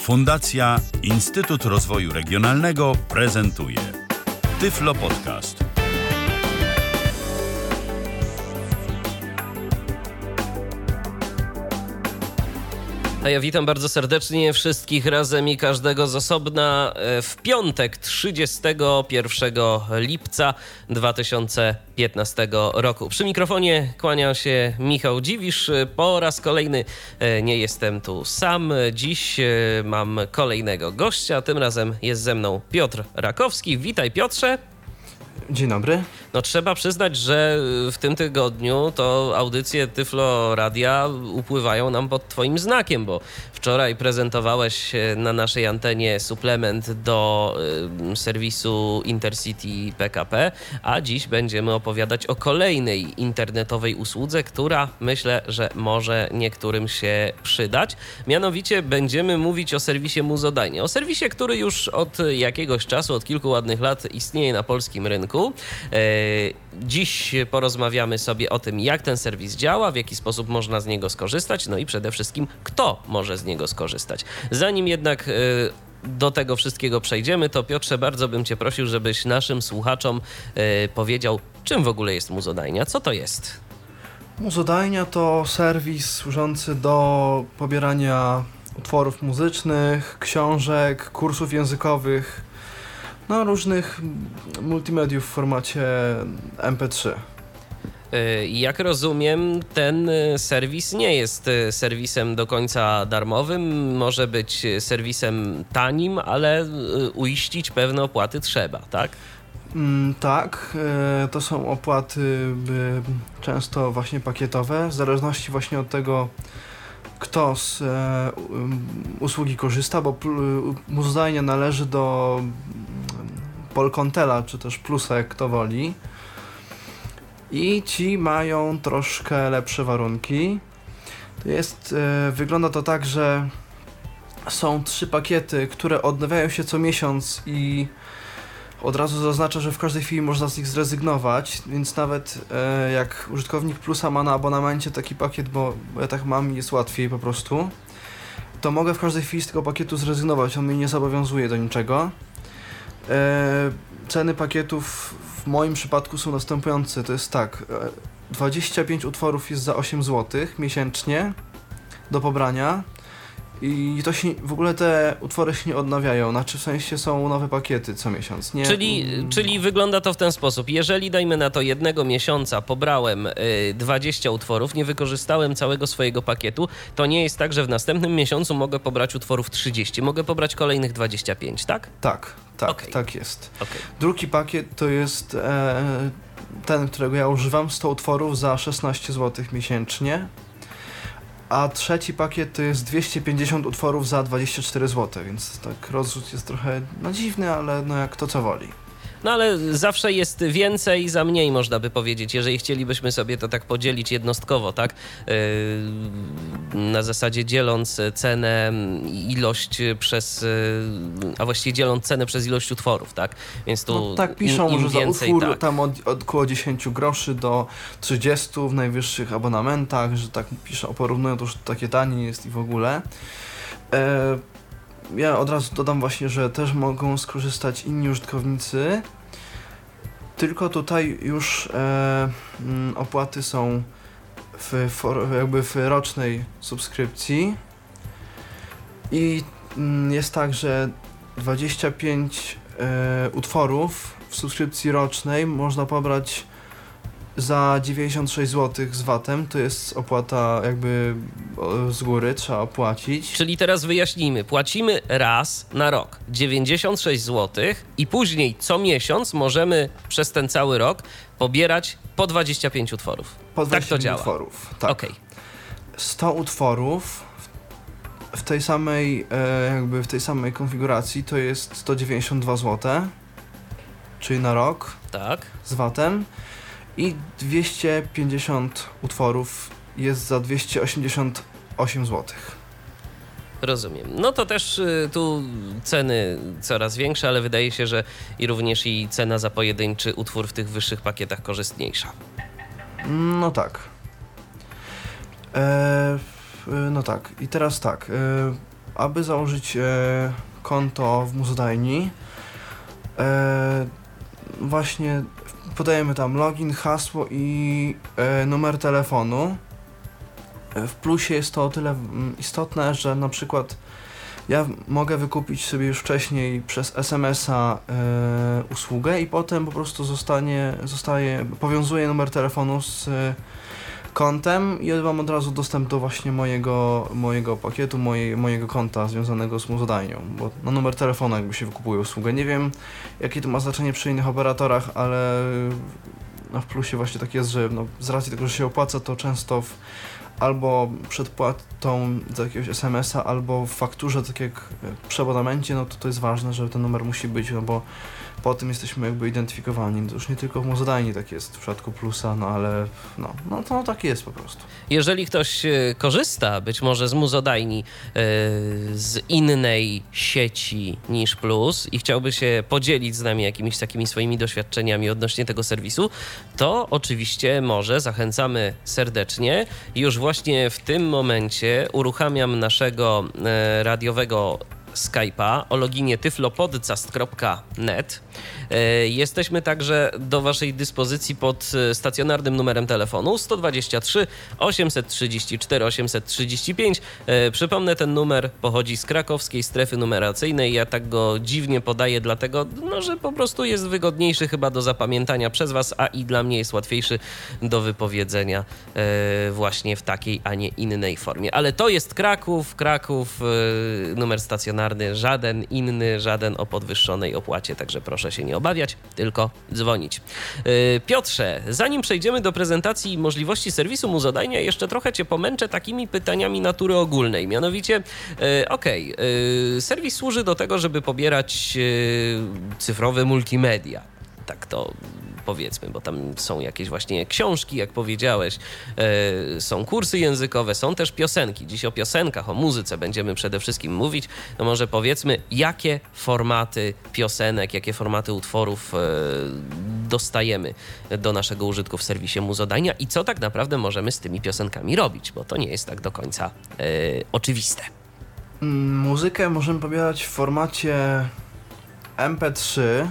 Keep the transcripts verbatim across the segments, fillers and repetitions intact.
Fundacja Instytut Rozwoju Regionalnego prezentuje Tyflo Podcast. A ja witam bardzo serdecznie wszystkich razem i każdego z osobna w piątek trzydziestego pierwszego lipca dwa tysiące piętnastego roku. Przy mikrofonie kłania się Michał Dziwisz. Po raz kolejny nie jestem tu sam. Dziś mam kolejnego gościa. Tym razem jest ze mną Piotr Rakowski. Witaj, Piotrze. Dzień dobry. No trzeba przyznać, że w tym tygodniu to audycje Tyflo Radia upływają nam pod twoim znakiem, bo wczoraj prezentowałeś na naszej antenie suplement do y, serwisu Intercity P K P, a dziś będziemy opowiadać o kolejnej internetowej usłudze, która myślę, że może niektórym się przydać. Mianowicie będziemy mówić o serwisie Muzodajnie. O serwisie, który już od jakiegoś czasu, od kilku ładnych lat istnieje na polskim rynku. Dziś porozmawiamy sobie o tym, jak ten serwis działa, w jaki sposób można z niego skorzystać, no i przede wszystkim, kto może z niego skorzystać. Zanim jednak do tego wszystkiego przejdziemy, to Piotrze, bardzo bym cię prosił, żebyś naszym słuchaczom powiedział, czym w ogóle jest Muzodajnia, co to jest? Muzodajnia to serwis służący do pobierania utworów muzycznych, książek, kursów językowych, no, różnych multimediów w formacie M P trzy. Jak rozumiem, ten serwis nie jest serwisem do końca darmowym, może być serwisem tanim, ale uiścić pewne opłaty trzeba, tak? Mm, tak, to są opłaty często właśnie pakietowe, w zależności właśnie od tego, kto z e, usługi korzysta, bo Muzodajnia należy do Polkontela, czy też Plusa, jak kto woli. I ci mają troszkę lepsze warunki. To jest, e, wygląda to tak, że są trzy pakiety, które odnawiają się co miesiąc i od razu zaznaczę, że w każdej chwili można z nich zrezygnować, więc nawet e, jak użytkownik Plusa ma na abonamencie taki pakiet, bo, bo ja tak mam i jest łatwiej po prostu, to mogę w każdej chwili z tego pakietu zrezygnować, on mnie nie zobowiązuje do niczego. E, ceny pakietów w moim przypadku są następujące, to jest tak, e, dwadzieścia pięć utworów jest za osiem złotych miesięcznie do pobrania. I to się, w ogóle te utwory się nie odnawiają, znaczy w sensie są nowe pakiety co miesiąc, nie? Czyli, czyli wygląda to w ten sposób, jeżeli dajmy na to jednego miesiąca pobrałem y, dwadzieścia utworów, nie wykorzystałem całego swojego pakietu, to nie jest tak, że w następnym miesiącu mogę pobrać utworów trzydzieści, mogę pobrać kolejnych dwadzieścia pięć, tak? Tak, tak, okay. tak jest. Okay. Drugi pakiet to jest e, ten, którego ja używam, sto utworów za szesnaście złotych miesięcznie. A trzeci pakiet to jest dwieście pięćdziesiąt utworów za dwadzieścia cztery złote, więc tak rozrzut jest trochę no, dziwny, ale no jak kto co woli. No ale zawsze jest więcej za mniej, można by powiedzieć, jeżeli chcielibyśmy sobie to tak podzielić jednostkowo, tak? Yy, na zasadzie dzieląc cenę, ilość przez, a właściwie dzieląc cenę przez ilość utworów, tak? Więc tu no, tak piszą, im, im że więcej, za utwór tak. tam od, od około dziesięć groszy do trzydziestu w najwyższych abonamentach, że tak piszą, porównują to, że takie tanie jest i w ogóle. E, Ja od razu dodam właśnie, że też mogą skorzystać inni użytkownicy, tylko tutaj już e, m, opłaty są w, for, jakby w rocznej subskrypcji i m, jest tak, że dwadzieścia pięć e, utworów w subskrypcji rocznej można pobrać za dziewięćdziesiąt sześć złotych z vatem, to jest opłata jakby z góry, trzeba opłacić. Czyli teraz wyjaśnijmy, płacimy raz na rok dziewięćdziesiąt sześć złotych i później co miesiąc możemy przez ten cały rok pobierać po dwadzieścia pięć utworów. Po dwadzieścia pięć tak to działa. utworów, tak. Okay. sto utworów w tej samej jakby w tej samej konfiguracji to jest sto dziewięćdziesiąt dwa złote, czyli na rok. Tak. Z vatem. I dwieście pięćdziesiąt utworów jest za dwieście osiemdziesiąt osiem złotych. Rozumiem. No to też y, tu ceny coraz większe, ale wydaje się, że i również i cena za pojedynczy utwór w tych wyższych pakietach korzystniejsza. No tak. E, no tak. I teraz tak. E, aby założyć e, konto w Muzodajni, e, właśnie podajemy tam login, hasło i e, numer telefonu. W plusie jest to o tyle istotne, że na przykład ja mogę wykupić sobie już wcześniej przez es em es a e, usługę i potem po prostu zostanie, zostaje, powiązuję numer telefonu z e, kontem i mam od razu dostęp do właśnie mojego, mojego pakietu, moje, mojego konta związanego z Muzodajnią, bo na numer telefonu jakby się wykupuje usługę. Nie wiem, jakie to ma znaczenie przy innych operatorach, ale no w plusie właśnie tak jest, że no z racji tego, że się opłaca, to często w albo przedpłatą do jakiegoś es em es a, albo w fakturze, tak jak przy abonamencie, no to to jest ważne, że ten numer musi być, no bo po tym jesteśmy jakby identyfikowani. To już nie tylko w Muzodajni tak jest w przypadku plusa, no ale no, no to no, tak jest po prostu. Jeżeli ktoś korzysta być może z Muzodajni yy, z innej sieci niż Plus i chciałby się podzielić z nami jakimiś takimi swoimi doświadczeniami odnośnie tego serwisu, to oczywiście może, zachęcamy serdecznie. Już właśnie w tym momencie uruchamiam naszego yy, radiowego Skype'a o loginie tyflopodcast kropka net. Jesteśmy także do waszej dyspozycji pod stacjonarnym numerem telefonu sto dwadzieścia trzy osiemset trzydzieści cztery osiemset trzydzieści pięć. Przypomnę, ten numer pochodzi z krakowskiej strefy numeracyjnej. Ja tak go dziwnie podaję, dlatego, no, że po prostu jest wygodniejszy chyba do zapamiętania przez was, a i dla mnie jest łatwiejszy do wypowiedzenia właśnie w takiej, a nie innej formie. Ale to jest Kraków, Kraków, numer stacjonarny, żaden inny, żaden o podwyższonej opłacie, także proszę się nie obawiać, tylko dzwonić. Piotrze, zanim przejdziemy do prezentacji możliwości serwisu Muzodajnia, jeszcze trochę cię pomęczę takimi pytaniami natury ogólnej. Mianowicie, okej, okay, serwis służy do tego, żeby pobierać cyfrowe multimedia. Tak to powiedzmy, bo tam są jakieś właśnie książki, jak powiedziałeś, yy, są kursy językowe, są też piosenki. Dziś o piosenkach, o muzyce będziemy przede wszystkim mówić. No może powiedzmy, jakie formaty piosenek, jakie formaty utworów yy, dostajemy do naszego użytku w serwisie Muzodajnia i co tak naprawdę możemy z tymi piosenkami robić, bo to nie jest tak do końca yy, oczywiste. Muzykę możemy pobierać w formacie em pe trzy.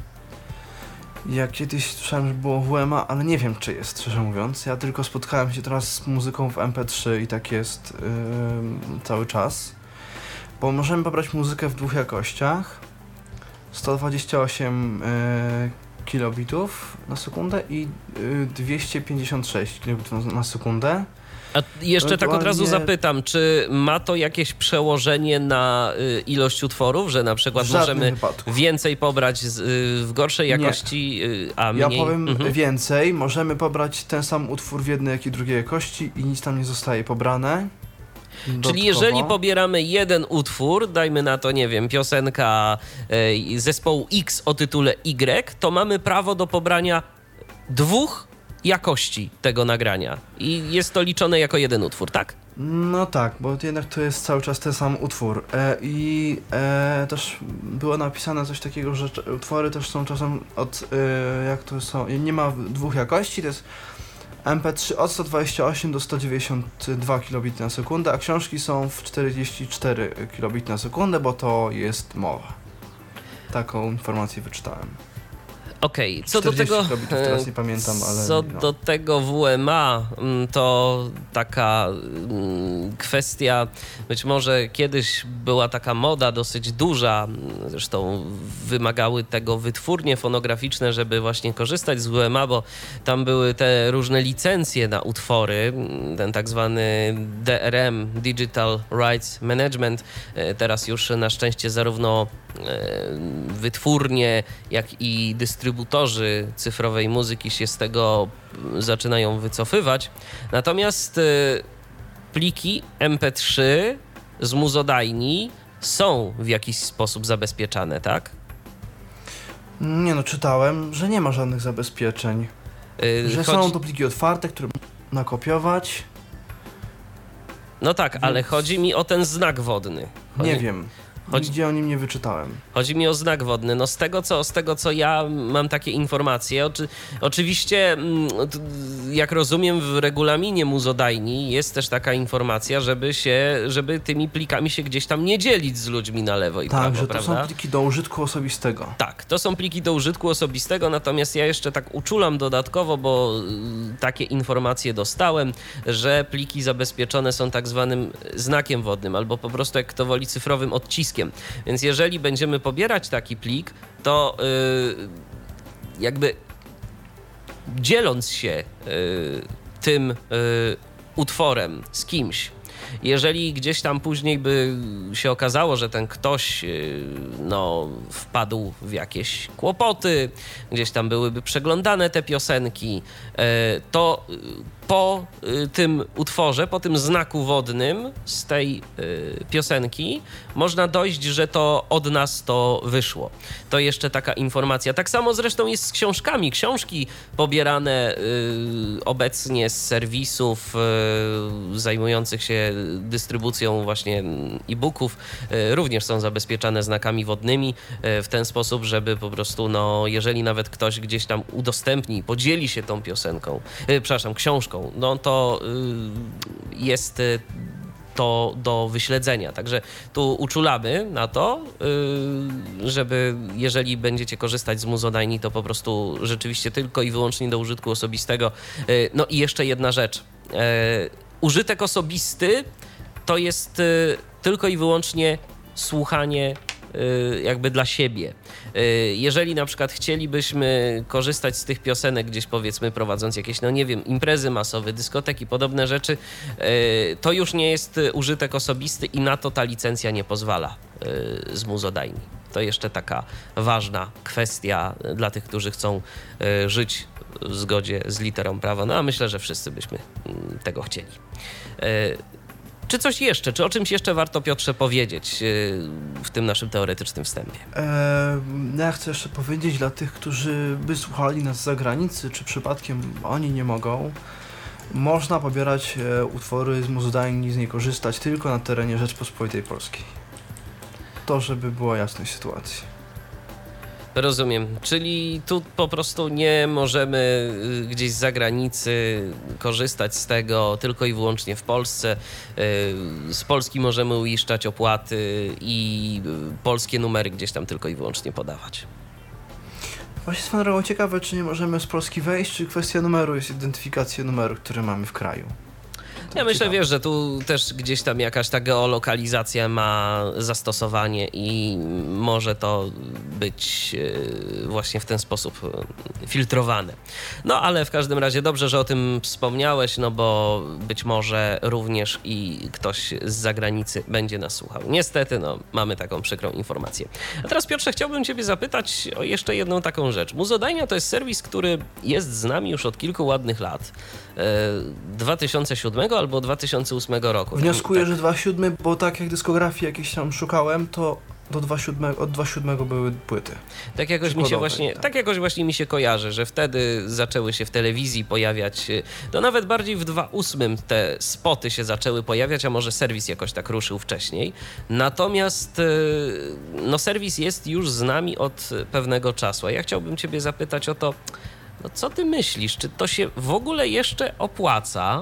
Ja kiedyś słyszałem, że było W M A, ale nie wiem, czy jest, szczerze mówiąc. Ja tylko spotkałem się teraz z muzyką w em pe trzy i tak jest yy, cały czas. Bo możemy pobrać muzykę w dwóch jakościach. sto dwadzieścia osiem yy, kilobitów na sekundę i yy, dwieście pięćdziesiąt sześć kilobitów na sekundę. A jeszcze tak od razu zapytam, czy ma to jakieś przełożenie na y, ilość utworów, że na przykład możemy wypadku. więcej pobrać z, y, w gorszej jakości, y, a mniej... Ja powiem mhm. więcej, możemy pobrać ten sam utwór w jednej, jak i drugiej jakości i nic tam nie zostaje pobrane. Dodatkowo. Czyli jeżeli pobieramy jeden utwór, dajmy na to, nie wiem, piosenka y, zespołu X o tytule Y, to mamy prawo do pobrania dwóch jakości tego nagrania i jest to liczone jako jeden utwór, tak? No tak, bo jednak to jest cały czas ten sam utwór e, i e, też było napisane coś takiego, że utwory też są czasem od, e, jak to są, nie ma dwóch jakości, to jest em pe trzy od sto dwadzieścia osiem do sto dziewięćdziesiąt dwa kilobity na sekundę, a książki są w czterdzieści cztery kilobity na sekundę, bo to jest mowa. Taką informację wyczytałem. Okej, okay. Co do tego, teraz nie pamiętam, ale co no. do tego W M A, to taka kwestia, być może kiedyś była taka moda dosyć duża, zresztą wymagały tego wytwórnie fonograficzne, żeby właśnie korzystać z W M A, bo tam były te różne licencje na utwory, ten tak zwany D R M, Digital Rights Management. Teraz już na szczęście zarówno wytwórnie, jak i dystrybutorzy cyfrowej muzyki się z tego zaczynają wycofywać. Natomiast pliki em pe trzy z Muzodajni są w jakiś sposób zabezpieczane, tak? Nie no, czytałem, że nie ma żadnych zabezpieczeń. Yy, że chodzi... są to pliki otwarte, które można kopiować. No tak, Więc... ale chodzi mi o ten znak wodny. Chodzi... Nie wiem. Chodzi... Nigdzie o nim nie wyczytałem. Chodzi mi o znak wodny. No z tego, co, z tego, co ja mam takie informacje, oczy, oczywiście, jak rozumiem, w regulaminie muzodajni jest też taka informacja, żeby się, żeby tymi plikami się gdzieś tam nie dzielić z ludźmi na lewo i tak, prawo, że to prawda? są pliki do użytku osobistego. Tak, to są pliki do użytku osobistego, natomiast ja jeszcze tak uczulam dodatkowo, bo takie informacje dostałem, że pliki zabezpieczone są tak zwanym znakiem wodnym, albo po prostu, jak kto woli, cyfrowym odciskiem. Więc jeżeli będziemy pobierać taki plik, to yy, jakby dzieląc się yy, tym yy, utworem z kimś, jeżeli gdzieś tam później by się okazało, że ten ktoś no, wpadł w jakieś kłopoty, gdzieś tam byłyby przeglądane te piosenki, to po tym utworze, po tym znaku wodnym z tej piosenki można dojść, że to od nas to wyszło. To jeszcze taka informacja. Tak samo zresztą jest z książkami. Książki pobierane obecnie z serwisów zajmujących się dystrybucją właśnie e-booków również są zabezpieczane znakami wodnymi w ten sposób, żeby po prostu, no, jeżeli nawet ktoś gdzieś tam udostępni, podzieli się tą piosenką, e, przepraszam, książką, no to y, jest y, to do wyśledzenia. Także tu uczulamy na to, y, żeby jeżeli będziecie korzystać z muzodajni, to po prostu rzeczywiście tylko i wyłącznie do użytku osobistego. Y, no i jeszcze jedna rzecz. Y, użytek osobisty to jest y, tylko i wyłącznie słuchanie jakby dla siebie. Jeżeli na przykład chcielibyśmy korzystać z tych piosenek gdzieś, powiedzmy, prowadząc jakieś, no nie wiem, imprezy masowe, dyskoteki, podobne rzeczy, to już nie jest użytek osobisty i na to ta licencja nie pozwala z muzodajni. To jeszcze taka ważna kwestia dla tych, którzy chcą żyć w zgodzie z literą prawa. No a myślę, że wszyscy byśmy tego chcieli. Czy coś jeszcze, czy o czymś jeszcze warto, Piotrze, powiedzieć w tym naszym teoretycznym wstępie? Eee, ja chcę jeszcze powiedzieć dla tych, którzy by słuchali nas z zagranicy, czy przypadkiem oni nie mogą, można pobierać e, utwory z muzodajni, z niej korzystać tylko na terenie Rzeczpospolitej Polskiej. To, żeby była jasność sytuacji. Rozumiem, czyli tu po prostu nie możemy gdzieś z zagranicy korzystać z tego tylko i wyłącznie w Polsce. Z Polski możemy uiszczać opłaty i polskie numery gdzieś tam tylko i wyłącznie podawać. Właśnie swoją drogą ciekawe, czy nie możemy z Polski wejść, czy kwestia numeru jest identyfikacja numeru, który mamy w kraju. Ja myślę, ciekawe. Wiesz, że tu też gdzieś tam jakaś ta geolokalizacja ma zastosowanie i może to być właśnie w ten sposób filtrowane. No ale w każdym razie dobrze, że o tym wspomniałeś, no bo być może również i ktoś z zagranicy będzie nas słuchał. Niestety, no mamy taką przykrą informację. A teraz, Piotrze, chciałbym ciebie zapytać o jeszcze jedną taką rzecz. Muzodajnia to jest serwis, który jest z nami już od kilku ładnych lat. dwa tysiące siódmego albo dwa tysiące ósmego roku. Wnioskuję, tak. że dwa tysiące siódmy, bo tak jak dyskografii jakieś tam szukałem, to do dwa tysiące siódmego, od dwa tysiące siódmego były płyty. Tak jakoś mi się właśnie, tak. tak jakoś właśnie mi się kojarzy, że wtedy zaczęły się w telewizji pojawiać, no nawet bardziej w dwa tysiące ósmym te spoty się zaczęły pojawiać, a może serwis jakoś tak ruszył wcześniej. Natomiast no serwis jest już z nami od pewnego czasu. A ja chciałbym ciebie zapytać o to, no co ty myślisz, czy to się w ogóle jeszcze opłaca,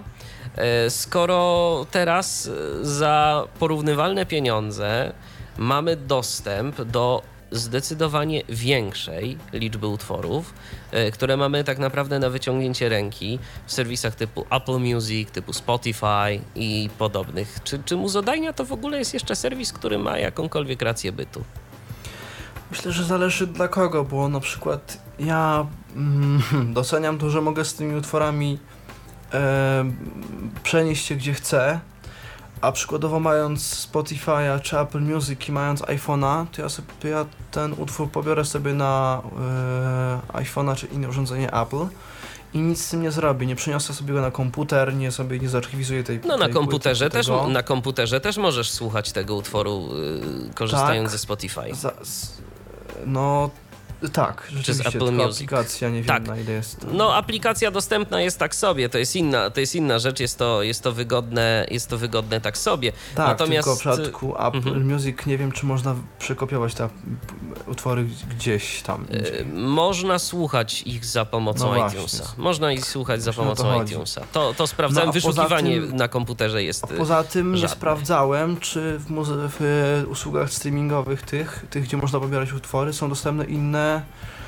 skoro teraz za porównywalne pieniądze mamy dostęp do zdecydowanie większej liczby utworów, które mamy tak naprawdę na wyciągnięcie ręki w serwisach typu Apple Music, typu Spotify i podobnych. Czy, czy muzodajnia to w ogóle jest jeszcze serwis, który ma jakąkolwiek rację bytu? Myślę, że zależy dla kogo, bo na przykład ja mm, doceniam to, że mogę z tymi utworami e, przenieść się gdzie chcę, a przykładowo mając Spotify'a czy Apple Music i mając iPhone'a, to ja, sobie, to ja ten utwór pobiorę sobie na e, iPhone'a czy inne urządzenie Apple i nic z tym nie zrobię, nie przeniosę sobie go na komputer, nie sobie nie zarchiwizuję tej No tej na komputerze płyty, też tego. na komputerze też możesz słuchać tego utworu yy, korzystając tak, ze Spotify. Za, z, no Tak, rzeczywiście, Apple tylko Music. aplikacja nie wiem Tak. na ile jest. No, aplikacja dostępna jest tak sobie, to jest inna, to jest inna rzecz, jest to, jest to wygodne, jest to wygodne tak sobie. Tak, Natomiast tylko w przypadku Apple mhm. Music nie wiem, czy można przekopiować te utwory gdzieś tam. Yy, można słuchać ich za pomocą No właśnie. iTunesa. Można ich słuchać za Właśnie o to pomocą chodzi. iTunesa. To, to sprawdzałem, No, a poza wyszukiwanie tym- na komputerze jest A poza tym nie żadne. sprawdzałem, czy w, muzy- w e, usługach streamingowych tych, tych, gdzie można pobierać utwory, są dostępne inne,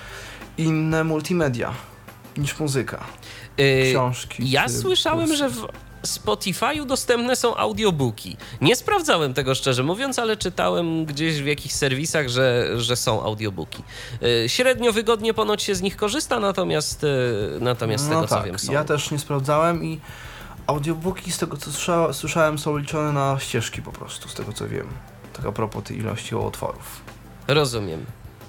inne multimedia niż muzyka. Yy, Książki. Ja czy słyszałem, kursy. że w Spotify'u dostępne są audiobooki. Nie sprawdzałem tego szczerze mówiąc, ale czytałem gdzieś w jakichś serwisach, że, że są audiobooki. Yy, Średnio wygodnie ponoć się z nich korzysta, natomiast, yy, natomiast z No tego tak, co wiem są. ja też nie sprawdzałem i audiobooki z tego co słysza- słyszałem są liczone na ścieżki po prostu, z tego co wiem. Tak a propos tej ilości utworów. Rozumiem.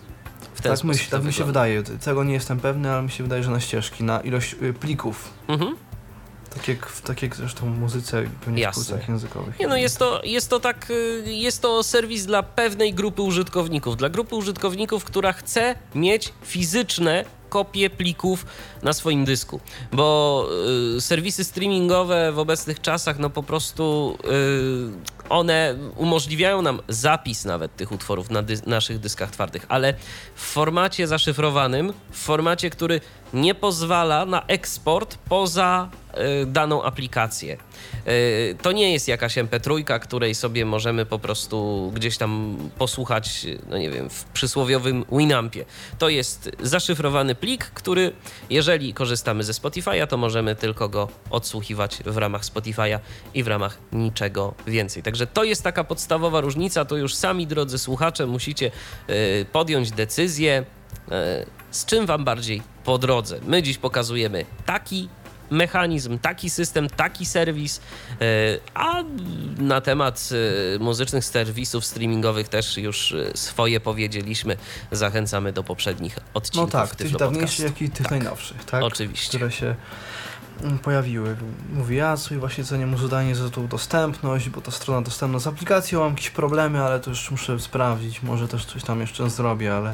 W ten Tak, sposób myśl, to tak mi się wygląda. wydaje, tego nie jestem pewny, ale mi się wydaje, że na ścieżki, na ilość y, plików. Mhm. Tak jak, w- tak jak zresztą w muzyce i pewnie Jasne. w kursach językowych. Nie no, jest to, jest to tak, y, jest to serwis dla pewnej grupy użytkowników. Dla grupy użytkowników, która chce mieć fizyczne kopie plików na swoim dysku. Bo y, serwisy streamingowe w obecnych czasach, no po prostu y, one umożliwiają nam zapis nawet tych utworów na dy- naszych dyskach twardych, ale w formacie zaszyfrowanym, w formacie, który nie pozwala na eksport poza y, daną aplikację. Y, To nie jest jakaś em pe trzy, której sobie możemy po prostu gdzieś tam posłuchać, no nie wiem, w przysłowiowym Winampie. To jest zaszyfrowany plik, który jeżeli korzystamy ze Spotify'a, to możemy tylko go odsłuchiwać w ramach Spotify'a i w ramach niczego więcej. Także to jest taka podstawowa różnica, to już sami, drodzy słuchacze, musicie y, podjąć decyzję, y, z czym wam bardziej po drodze. My dziś pokazujemy taki mechanizm, taki system, taki serwis, yy, a na temat yy, muzycznych serwisów streamingowych też już yy, swoje powiedzieliśmy. Zachęcamy do poprzednich No odcinków tak, tych Tyflo dawniejszych, Podcastu. jak i tych Tak, najnowszych, tak? oczywiście. Które się mm, pojawiły. Mówię, ja sobie właśnie cenię muzycznie za tą dostępność, bo ta strona dostępna z aplikacją, mam jakieś problemy, ale to już muszę sprawdzić, może też coś tam jeszcze zrobię, ale...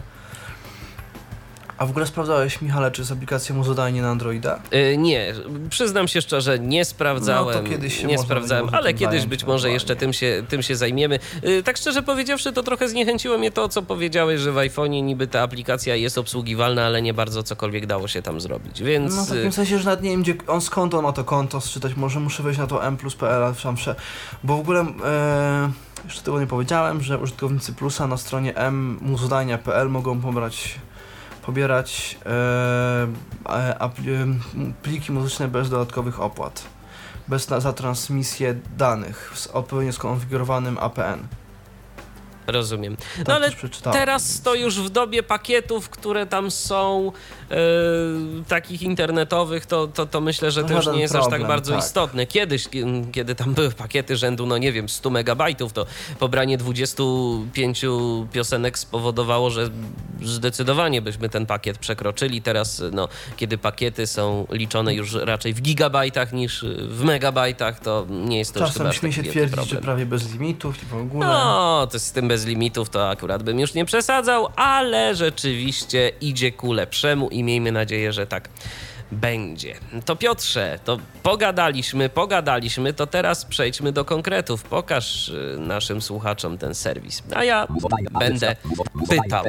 A w ogóle sprawdzałeś, Michale, czy jest aplikacja Muzodajnie na Androida? Yy, nie, przyznam się szczerze, nie sprawdzałem, No to kiedyś się nie można sprawdzałem, będzie ale tym kiedyś zająć, być może ewentualnie. jeszcze tym się, tym się zajmiemy. Yy, tak szczerze powiedziawszy, to trochę zniechęciło mnie to, co powiedziałeś, że w iPhone'ie niby ta aplikacja jest obsługiwalna, ale nie bardzo cokolwiek dało się tam zrobić, więc... No w takim sensie, że nawet nie wiem, gdzie on skąd on ma to konto sczytać, może muszę wejść na to m plus kropka p l, tam prze... bo w ogóle e, jeszcze tego nie powiedziałem, że użytkownicy Plusa na stronie m muzodajnia kropka p l mogą pobrać pobierać e, e, apli, pliki muzyczne bez dodatkowych opłat, bez na, za transmisję danych z odpowiednio skonfigurowanym A P N. Rozumiem. Tak No ale też przeczytałem, teraz więc- to już w dobie pakietów, które tam są e, takich internetowych, to, to, to myślę, że To to już żaden nie jest aż tak problem, bardzo tak. istotne. Kiedyś, kie- kiedy tam były pakiety rzędu, no nie wiem, stu megabajtów, to pobranie dwudziestu pięciu piosenek spowodowało, że zdecydowanie byśmy ten pakiet przekroczyli. Teraz, no, kiedy pakiety są liczone już raczej w gigabajtach niż w megabajtach, to nie jest to już chyba Czasem aż śmie taki się wielki twierdzić, problem. że prawie bez limitów i w ogóle. No, to z tym bez limitów to akurat bym już nie przesadzał, ale rzeczywiście idzie ku lepszemu i miejmy nadzieję, że tak będzie. To Piotrze, to pogadaliśmy, pogadaliśmy, to teraz przejdźmy do konkretów. Pokaż y, naszym słuchaczom ten serwis, a ja będę pytał.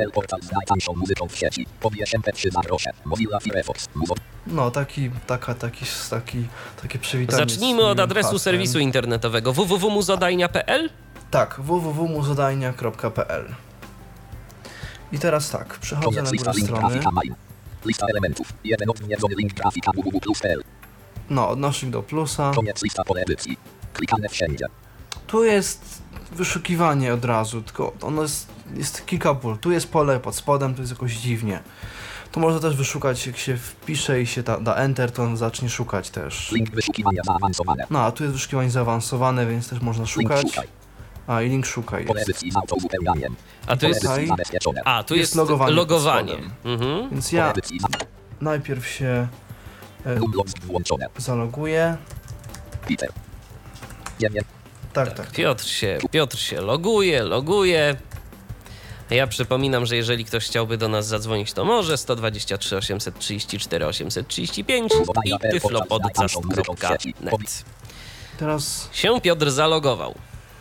No, taki, taka, taki, taki, takie przywitanie. Zacznijmy z od miłym adresu hasłem. serwisu internetowego w w w kropka muzodajnia kropka p l. Tak, w w w kropka muzodajnia kropka p l. I teraz tak, przechodzę na górę strony. Lista elementów. Jeden odwiedzony link grafika www plus kropka p l. No, odnośnik do plusa. Koniec lista pole edycji. Klikane wszędzie. Tu jest wyszukiwanie od razu, tylko ono jest, jest kilka pól. Tu jest pole pod spodem, to jest jakoś dziwnie. Tu można też wyszukać, jak się wpisze i się da, da Enter, to on zacznie szukać też. Link wyszukiwania zaawansowane. No, a tu jest wyszukiwanie zaawansowane, więc też można Link szukać. szukaj. A, i link szukaj Pole jest. edycji z autouzupełnianiem. A tu Pole jest, edycji zabezpieczone. a, tu Jest jest logowanie pod logowanie. spodem. Mhm. Więc Pole ja edycji za- najpierw się e, Download włączone. zaloguję. Peter. Nie, nie. Tak, tak. Piotr się, Piotr się loguje, loguje. Ja przypominam, że jeżeli ktoś chciałby do nas zadzwonić, to może sto dwadzieścia trzy osiemset trzydzieści cztery osiemset trzydzieści pięć i tyflopodcast kropka net. Teraz Się Piotr zalogował.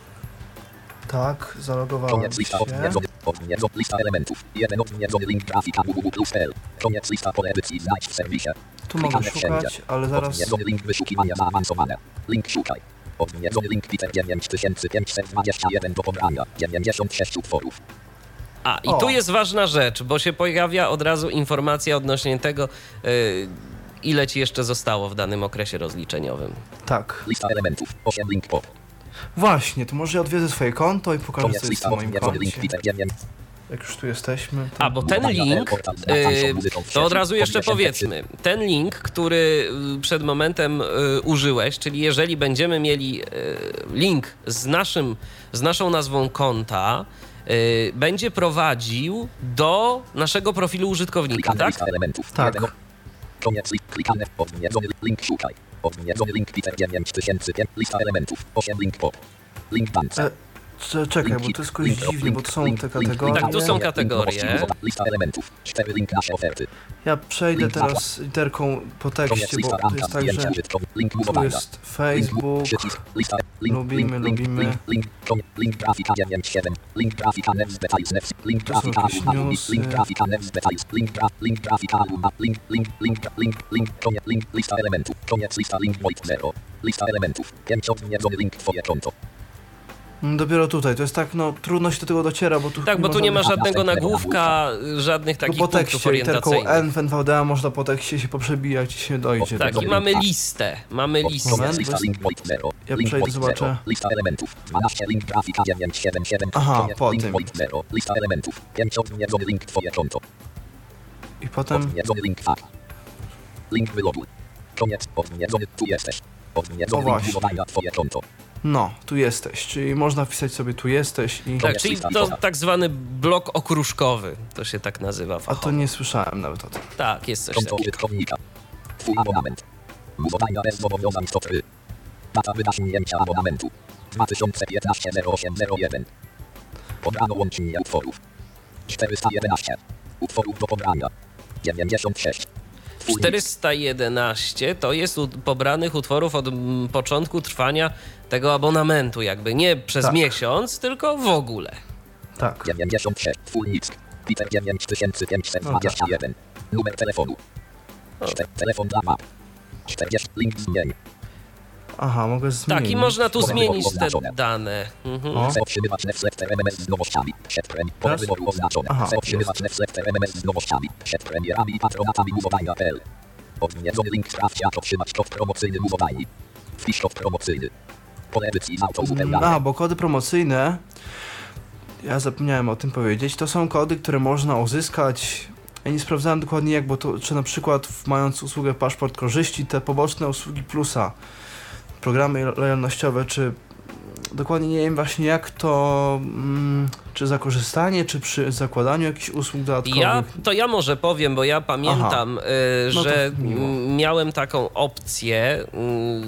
tak, zalogowałem Koniec lista się. odwiedzony. Odwiedzony lista elementów. Jeden odwiedzony link grafika www plus p l. Koniec lista pole edycji znajdź w serwisie. Tu mogę Klikane szukać, wszędzie. ale zaraz... Odwiedzony link wyszukiwania zaawansowane. Link szukaj. Odwiedzony link Peter dziewięć tysięcy pięćset dwadzieścia jeden do pobrania. dziewięćdziesiąt sześć utworów. A, i O. tu jest ważna rzecz, bo się pojawia od razu informacja odnośnie tego, yy, ile ci jeszcze zostało w danym okresie rozliczeniowym. Tak. Lista elementów. osiem link pop. Właśnie, to może ja odwiedzę swoje konto i pokażę Koniec co jest lista w moim odwiedzony link koncie. Peter dziewięć. Jak już tu jesteśmy. To... A, bo ten link, yy, to od razu jeszcze powiedzmy, ten link, który yy, przed momentem yy, użyłeś, czyli jeżeli będziemy mieli yy, link z, naszym, z naszą nazwą konta, yy, będzie prowadził do naszego profilu użytkownika, Klikane tak? lista elementów. Tak. Jeden. Koniec link. Klikane. Odwiedzony link szukaj. Odwiedzony link Peter dziewięć tysięcy pięć. Lista elementów. osiem link pop. Link dance. E, cze- czekaj, bo to jest jakoś dziwnie, bo to są te kategorie. Tak, tu są kategorie. Lista elementów. cztery link nasze oferty. Ja przejdę teraz literką po tekście, bo to jest tak, że Link tu budowania. jest Facebook, Przycisk. Lista. Link. lubimy, link, lubimy. Link. Link. Link. Link grafika dziewięć siedem. Link grafika Nevs Details Nevs. Link To są grafika jakieś Aluma. newsy. Link grafika Nevs Details. Link gra. Link grafika Aluma. Link. Link. Link. Link. Link. Koniec. Link. Lista elementów. Koniec lista link Void zero. Lista elementów. pięć odwiedzony link twoje konto. Dopiero tutaj, to jest tak, no trudno się do tego dociera, bo tu Tak, bo tu nie ma żadnych- żadnego nagłówka, żadnych Tylko takich po punktów tekście, literką orientacyjnych. N w N V D A można po tekście się poprzebijać i się dojdzie. Tak, do i tego. mamy listę, mamy listę. Moment, Koniec lista bo- link Void zero. Ja Link przejdę, Void zobaczę. zero. Lista elementów. dwanaście link grafika dziewięć siedem siedem. Aha, Koniec po link tym. Void zero. Lista elementów. pięć odwiedzony link twoje konto. I potem, Odwiedzony link fak. Link wyloguj. Koniec. Odwiedzony. Tu jesteś. O Odwiedzony link właśnie. budowania twoje konto. no, tu jesteś, czyli można wpisać sobie tu jesteś i... Tak, czyli to tak zwany blok okruszkowy, to się tak nazywa. A to fachowo. nie słyszałem nawet o tym. Tak, jest coś Konto takiego. użytkownika. Twój abonament. Budowania bez zobowiązań sto trzy. Data wygaśnięcia abonamentu. dwa tysiące piętnaście zero osiem zero jeden. Pobrano łącznie utworów. czterysta jedenaście. Utworów do pobrania. dziewięćdziesiąt sześć. Twój czterysta jedenaście to jest u, pobranych utworów od mm, początku trwania tego abonamentu, jakby nie przez Tak. miesiąc, tylko w ogóle. Tak. dziewięćdziesiąt sześć. Twój nick. Peter dziewięć tysięcy pięćset dwadzieścia jeden. Numer telefonu. Czte- telefon dla map. czterdzieści. Link zmień. Aha, mogę zmienić. Tak, i można tu Pole zmienić te oznaczone. dane. Mhm. O. Chcę otrzymywać newsletter M M S z nowościami. Przed prem. Pole Teraz? wyboru oznaczone. Aha, Chcę otrzymywać jest. newsletter M M S z nowościami. Przed premierami i patronatami budowania kropka p l. Odwiedzony link sprawdź jak otrzymać kod promocyjny budowani. Wpisz kod promocyjny. Pole edycji z autouzupełniania. A, bo kody promocyjne, ja zapomniałem o tym powiedzieć, to są kody, które można uzyskać. Ja nie sprawdzałem dokładnie jak, bo to, czy na przykład w- mając usługę Paszport Korzyści, te poboczne usługi Plusa, programy lojalnościowe, czy dokładnie nie wiem właśnie jak to, mm, czy za korzystanie, czy przy zakładaniu jakichś usług dodatkowych. Ja, to ja może powiem, bo ja pamiętam, y, No to że miło. m, miałem taką opcję, y,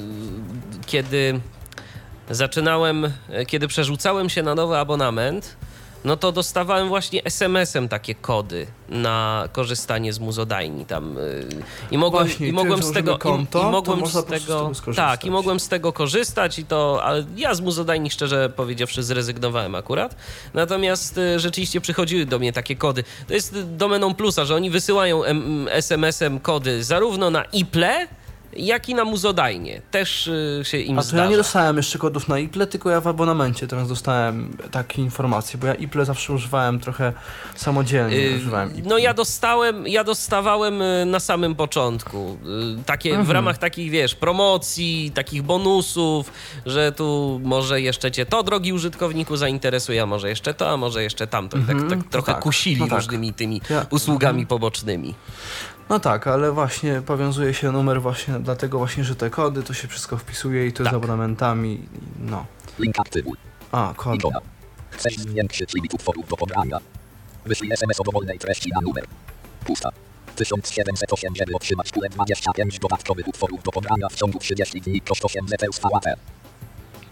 kiedy zaczynałem, y, kiedy przerzucałem się na nowy abonament, no to dostawałem właśnie es em esem takie kody na korzystanie z muzodajni tam y, i mogłem, Właśnie, i jak mogłem z założymy tego konto, i, i to mogłem można z po prostu z tego tego skorzystać. tak i mogłem z tego korzystać i to, ale ja z muzodajni szczerze powiedziawszy zrezygnowałem akurat. Natomiast y, rzeczywiście przychodziły do mnie takie kody. To jest domeną Plusa, że oni wysyłają em, es em esem kody zarówno na iple, jak i na muzodajnie. Też y, się im A to zdarza. ja nie dostałem jeszcze kodów na iple, tylko ja w abonamencie teraz dostałem takie informacje, bo ja iple zawsze używałem trochę samodzielnie, Yy, używałem iple. No ja dostałem, ja dostawałem y, na samym początku y, takie w Mhm. ramach takich, wiesz, promocji, takich bonusów, że tu może jeszcze cię to, drogi użytkowniku, zainteresuje, a może jeszcze to, a może jeszcze tamto. I Mhm, tak, tak to trochę tak, kusili no tak. różnymi tymi Ja- usługami mhm. pobocznymi. No tak, ale właśnie powiązuje się numer właśnie dlatego właśnie, że te kody, to się wszystko wpisuje i to Tak. z abonamentami, i no. Link aktywuj. A, kody. Ikona. Chcesz zwiększyć limit utworów do pobrania. Wyślij es em es o dowolnej treści na numer. Pusta. tysiąc siedemset osiem, żeby otrzymać pulę dwadzieścia pięć dodatkowych utworów do pobrania w ciągu trzydziestu dni koszt osiem zł z V A T.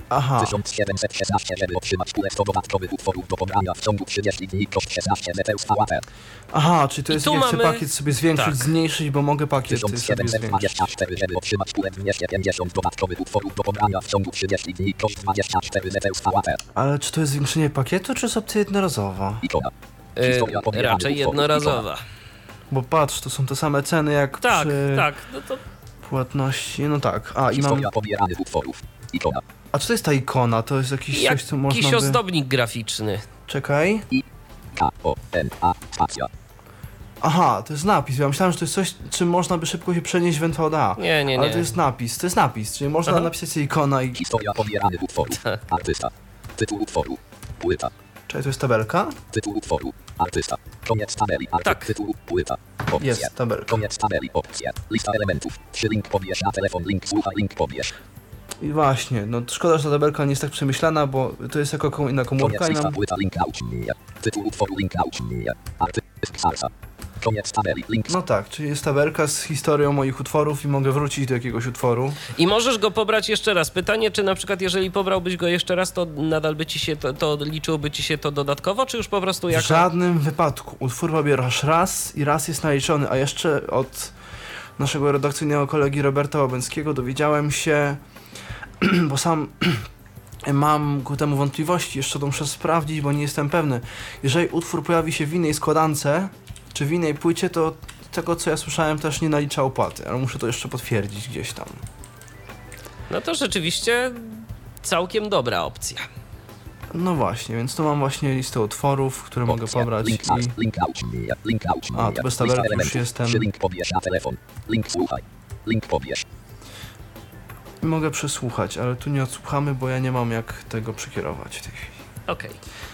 Aha. tysiąc siedemset szesnaście, żeby otrzymać pulę sto dodatkowych utworów do pobrania w ciągu trzydziestu dni, koszt szesnaście Zeus V A T. Aha, czyli to I jest, tu nie chcę mamy- pakiet sobie zwiększyć, tak. zmniejszyć, bo mogę pakiet tysiąc sobie siedemset zwiększyć. dwadzieścia cztery, żeby otrzymać pulę dwieście pięćdziesiąt dodatkowych utworów do pobrania w ciągu trzydziestu dni, koszt dwadzieścia cztery Zeus V A T. Ale czy to jest zwiększenie pakietu, czy jest opcja jednorazowa? Ikona. Yy, Historia pobieranych raczej utworów. jednorazowa. Bo patrz, to są te same ceny jak Tak, przy tak, no to płatności. No tak, a i mam... Historia pobieranych utworów. Ikona. A co to jest ta ikona? To jest jakiś jak, coś, co można jakiś by... ozdobnik graficzny. Czekaj. K O N A spacja. Aha, to jest napis. Ja myślałem, że to jest coś, czym można by szybko się przenieść w N V D A. Nie, nie, Ale nie. to jest napis, to jest napis, czyli można Aha. napisać sobie ikona i... Historia pobieranych utworów. Tak. Artysta. Tytuł utworu. Płyta. Czekaj, to jest tabelka? Tytuł utworu. Artysta. Koniec tabeli. Arty... Tak. Tytuł. Płyta. Opcje. Jest, tabelka. Koniec tabeli. Opcje. Lista elementów. Trzy link pobierz na telefon. Link słuchaj. Link pobierz. I właśnie, no szkoda, że ta tabelka nie jest tak przemyślana, bo to jest jako komu- inna komórka Koniec i lista. nam... Płyta. Link naucznie. Tytuł utworu. Link naucznie. Artyst. Salsa. Koniec tabeli. Link. No tak, czyli jest tabelka z historią moich utworów i mogę wrócić do jakiegoś utworu. I możesz go pobrać jeszcze raz. Pytanie, czy na przykład jeżeli pobrałbyś go jeszcze raz, to nadal by ci się to, to liczyłoby ci się to dodatkowo, czy już po prostu W jako... żadnym wypadku. Utwór pobierasz raz i raz jest naliczony, a jeszcze od naszego redakcyjnego kolegi Roberta Łabęckiego dowiedziałem się, bo sam mam ku temu wątpliwości, jeszcze to muszę sprawdzić, bo nie jestem pewny. Jeżeli utwór pojawi się w innej składance, czy w innej płycie, to tego, co ja słyszałem, też nie nalicza opłaty, ale muszę to jeszcze potwierdzić gdzieś tam. No to rzeczywiście całkiem dobra opcja. No właśnie, więc tu mam właśnie listę utworów, które mogę Opcja. pobrać Link. i... Link naucznie. Link naucznie. A, to bez Lista tabelki już elementów. jestem. Trzy link pobierz na telefon. Link słuchaj. Link pobierz. I mogę przesłuchać, ale tu nie odsłuchamy, bo ja nie mam jak tego przekierować w tej chwili. Okej.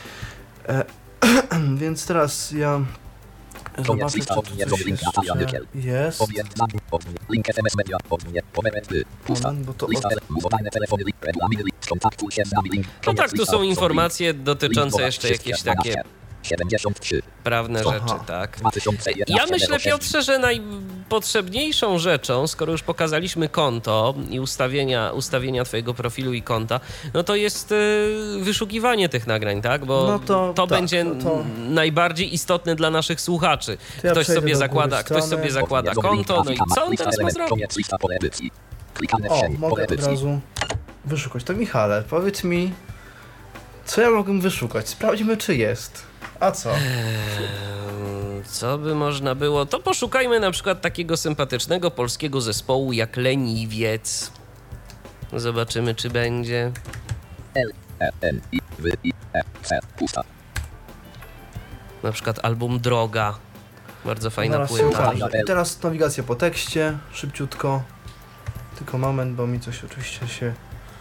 Więc teraz ja zobaczę, lista, czy tu odnie, coś link Natalia jeszcze Nykiel. jest. Powiedz nam. Odnie. Link S M S media. Odnie. Pomerenty. Pusta. Moment, bo to Lista od... ele- Modalne telefony. Link. Regulaminy. Link. Skontaktuj się z nami. Link. No Koniec tak, tu lista, są link. informacje Link dotyczące dodać jeszcze wszystkie jakieś takie dwanaście. siedemdziesiąt trzy. prawne Aha. rzeczy, tak. dwa tysiące jedenaście. Ja myślę, zero sześć. Piotrze, że najpotrzebniejszą rzeczą, skoro już pokazaliśmy konto i ustawienia, ustawienia twojego profilu i konta, no to jest y, wyszukiwanie tych nagrań, tak? Bo No to tak, będzie no to- n- najbardziej istotne dla naszych słuchaczy. To ja Ktoś przejdę sobie do zakłada, góry ktoś strony. sobie zakłada Odnie, link, konto, no i grafika, co on lista teraz ma element, zrobić? Koniec lista pole edycji. Klikane w O, sień. Pole mogę od edycji. razu wyszukać. To Michale, powiedz mi, co ja mogłem wyszukać? Sprawdźmy, czy jest. A co? Eee, Co by można było? To poszukajmy na przykład takiego sympatycznego polskiego zespołu jak Leniwiec. Zobaczymy, czy będzie. L, E, N, I, W, I, E, C. Pusta. Na przykład album Droga. Bardzo fajna Zaraz się płyta. ukaże. I teraz nawigacja po tekście, szybciutko. Tylko moment, bo mi coś oczywiście się...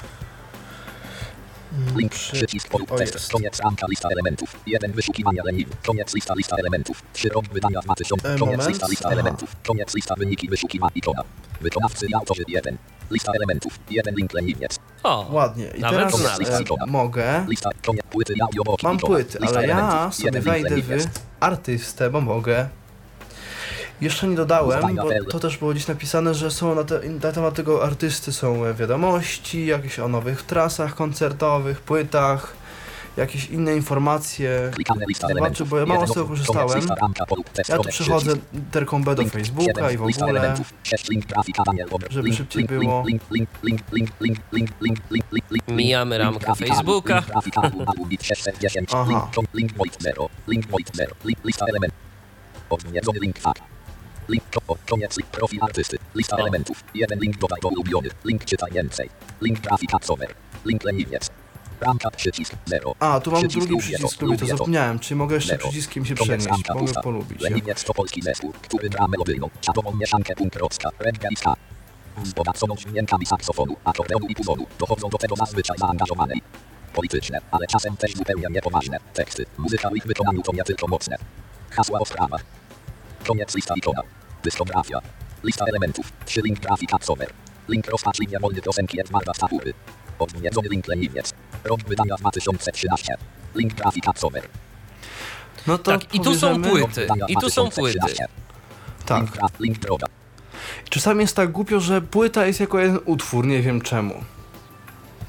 mm, Link, przy- przycisk, porób, O, tekst, jest. koniec ramka, lista elementów, jeden wyszukiwania leniwy, koniec lista, lista elementów, trzy rok wydania dwa tysiące, E, koniec moment. lista, lista Aha. elementów, koniec lista wyniki wyszukiwania ikona, wykonawcy i autorzy jeden, lista elementów, jeden link leniwiec, O, Ładnie. I Nawet teraz znalazł. e, mogę... lista, koniec płyty i audioboki, Mam ikona, płyty, lista ale ja elementów, sobie jeden link wejdę leniwiec. w artystę, bo mogę. Jeszcze nie dodałem, bo to też było gdzieś napisane, że są na, te, na temat tego artysty są e, wiadomości, jakieś o nowych trasach koncertowych, płytach, jakieś inne informacje. Klikane lista Zobaczę, elementów, bo ja mało jeden z tego koniec korzystałem. lista, ramka, porób, tekst, Ja tu koniec, przychodzę przycisk. literką B do Link, Facebooka siedem, i w lista ogóle. elementów, sześć link grafika Daniel Bober, żeby link, szybciej link, było. link, link, link, link, link, link, link, link, link, link, mijamy link, ramkę grafika, Facebooka. link, grafika, album, album, bit sześćset Aha. dziesięć, link, kon- link void zero, link void zero, link, lista element, odwiedzony link fakt, link, ko- koniec, link, profil artysty, lista O. elementów, jeden link dodaj do ulubionych, link czytaj więcej, link grafika cover, link leniwiec, ramka, przycisk, zero, A, tu mam przycisk drugi lubię przycisk, to, lubię to, lubię to. zapomniałem, czyli mogę jeszcze Zero. przyciskiem się Koniec przenieść, ramka mogę pusta. polubić. Jak... Leniwiec to polski zespół, który gra melodyjną, siatową mieszankę punk-rocka, reggae i ska. Wzbogaconą dźwiękami saksofonu, akordeonu i puzonu, dochodzą do tego zazwyczaj zaangażowanej. Polityczne, ale czasem też zupełnie niepoważne teksty. Muzyka w ich wykonaniu to nie tylko mocne hasła o sprawach. Koniec lista ikona. Dyskografia. Lista elementów. trzy link grafika cover. Link rozpaczliwie wolny piosenki Edwarda Stachury. Odwiedzony link leniwiec. Rok wydania dwa tysiące trzynaście. Link grafika cover. No to Tak, i tu są pobierzemy- płyty. I tu są płyty. Tak. Link, graf, link droga. Czasami jest tak głupio, że płyta jest jako jeden utwór, nie wiem czemu.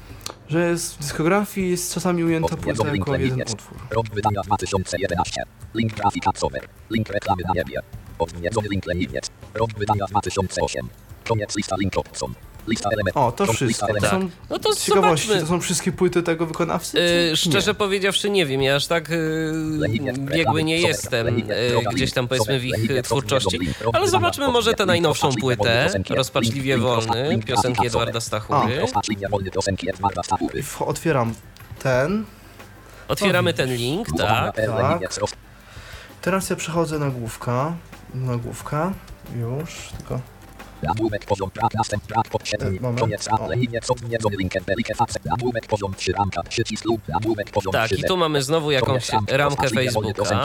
że jest w dyskografii jest czasami ujęta płyta jako jeden utwór. Rok wydania dwa tysiące jedenaście. Link grafika cover. Link reklamy na niebie. Odwiedzony link leniwiec. Rok wydania dwa tysiące osiem. Koniec lista link opcom. Lista elementów. O, to wszystko. To są No to ciekawości, zobaczmy. to są wszystkie płyty tego wykonawcy? Yy, czy szczerze nie? powiedziawszy nie wiem, ja aż tak yy, biegły nie jestem yy, gdzieś tam powiedzmy w ich yy, twórczości, ale zobaczmy może tę najnowszą płytę, Rozpaczliwie Wolny, piosenki Edwarda Stachury. W- Otwieram ten. Otwieramy ten link, tak. Tak. Teraz ja przechodzę na główka. Nagłówka. Już, tylko... Nagłówek poziom brak, następ brak, podświetl, Moment. koniec, O. leniwiec, odwiedzony linkiem, belikę, facet, nagłówek poziom trzy, ramka, przycisk lub, nagłówek poziom Tak, trzy, i tu mamy znowu jakąś ramkę Facebooka,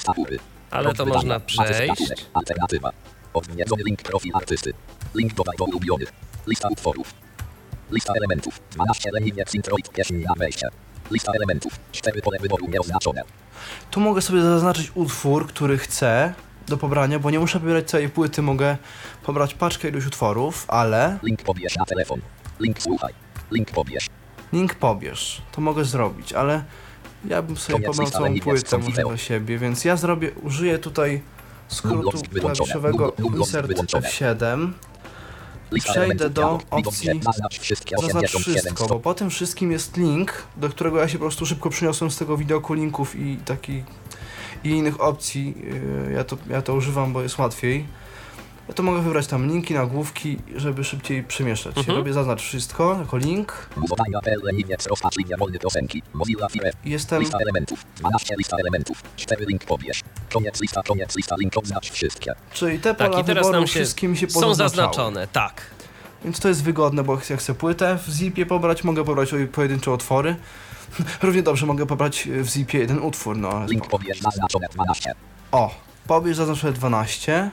ale to można przejść. Alternatywa. Odwiedzony link profil artysty. Link dodaj do ulubionych. Lista utworów. Lista elementów. dwanaście leniwiec, intro i pieśń na wejście. Lista elementów. cztery pole wyboru nieoznaczone. Tu mogę sobie zaznaczyć utwór, który chcę do pobrania, bo nie muszę pobierać całej płyty, mogę pobrać paczkę iluś utworów, ale... Link pobierz na telefon. Link słuchaj. Link pobierz. Link pobierz. To mogę zrobić, ale ja bym sobie Koniec pobrał lista całą leniwiec, płytę są może wideo. dla siebie, więc ja zrobię, użyję tutaj skrótu Nublosk wyłączone. klawiszowego Nub- nublosk Insert wyłączone. F siedem. Lista Przejdę elementów do dialog. opcji Widok, zaznacz wszystkie Zaznacz osiemdziesiąt siedem wszystko, bo po tym wszystkim jest link, do którego ja się po prostu szybko przyniosłem z tego widoku linków i takich i innych opcji. Yy, Ja to, ja to używam, bo jest łatwiej. Ja to mogę wybrać tam linki, nagłówki, żeby szybciej przemieszczać się. Mhm. Robię zaznacz wszystko jako link. Muzowania kropka p l leniwiec, rozpaczliwie wolny piosenki. Mozilla Firefox. I jestem... Lista elementów. dwanaście lista elementów. cztery link pobierz. Koniec lista, koniec lista, link oznacz wszystkie. Czyli te pola Tak, i teraz wyboru nam się wszystkie mi się są pozaznaczały. zaznaczone, tak. Więc to jest wygodne, bo jak chcę płytę w zipie pobrać, mogę pobrać pojedyncze utwory. Równie dobrze mogę pobrać w zipie jeden utwór, no. Link pobierz zaznaczone dwanaście. O, pobierz zaznaczone dwanaście.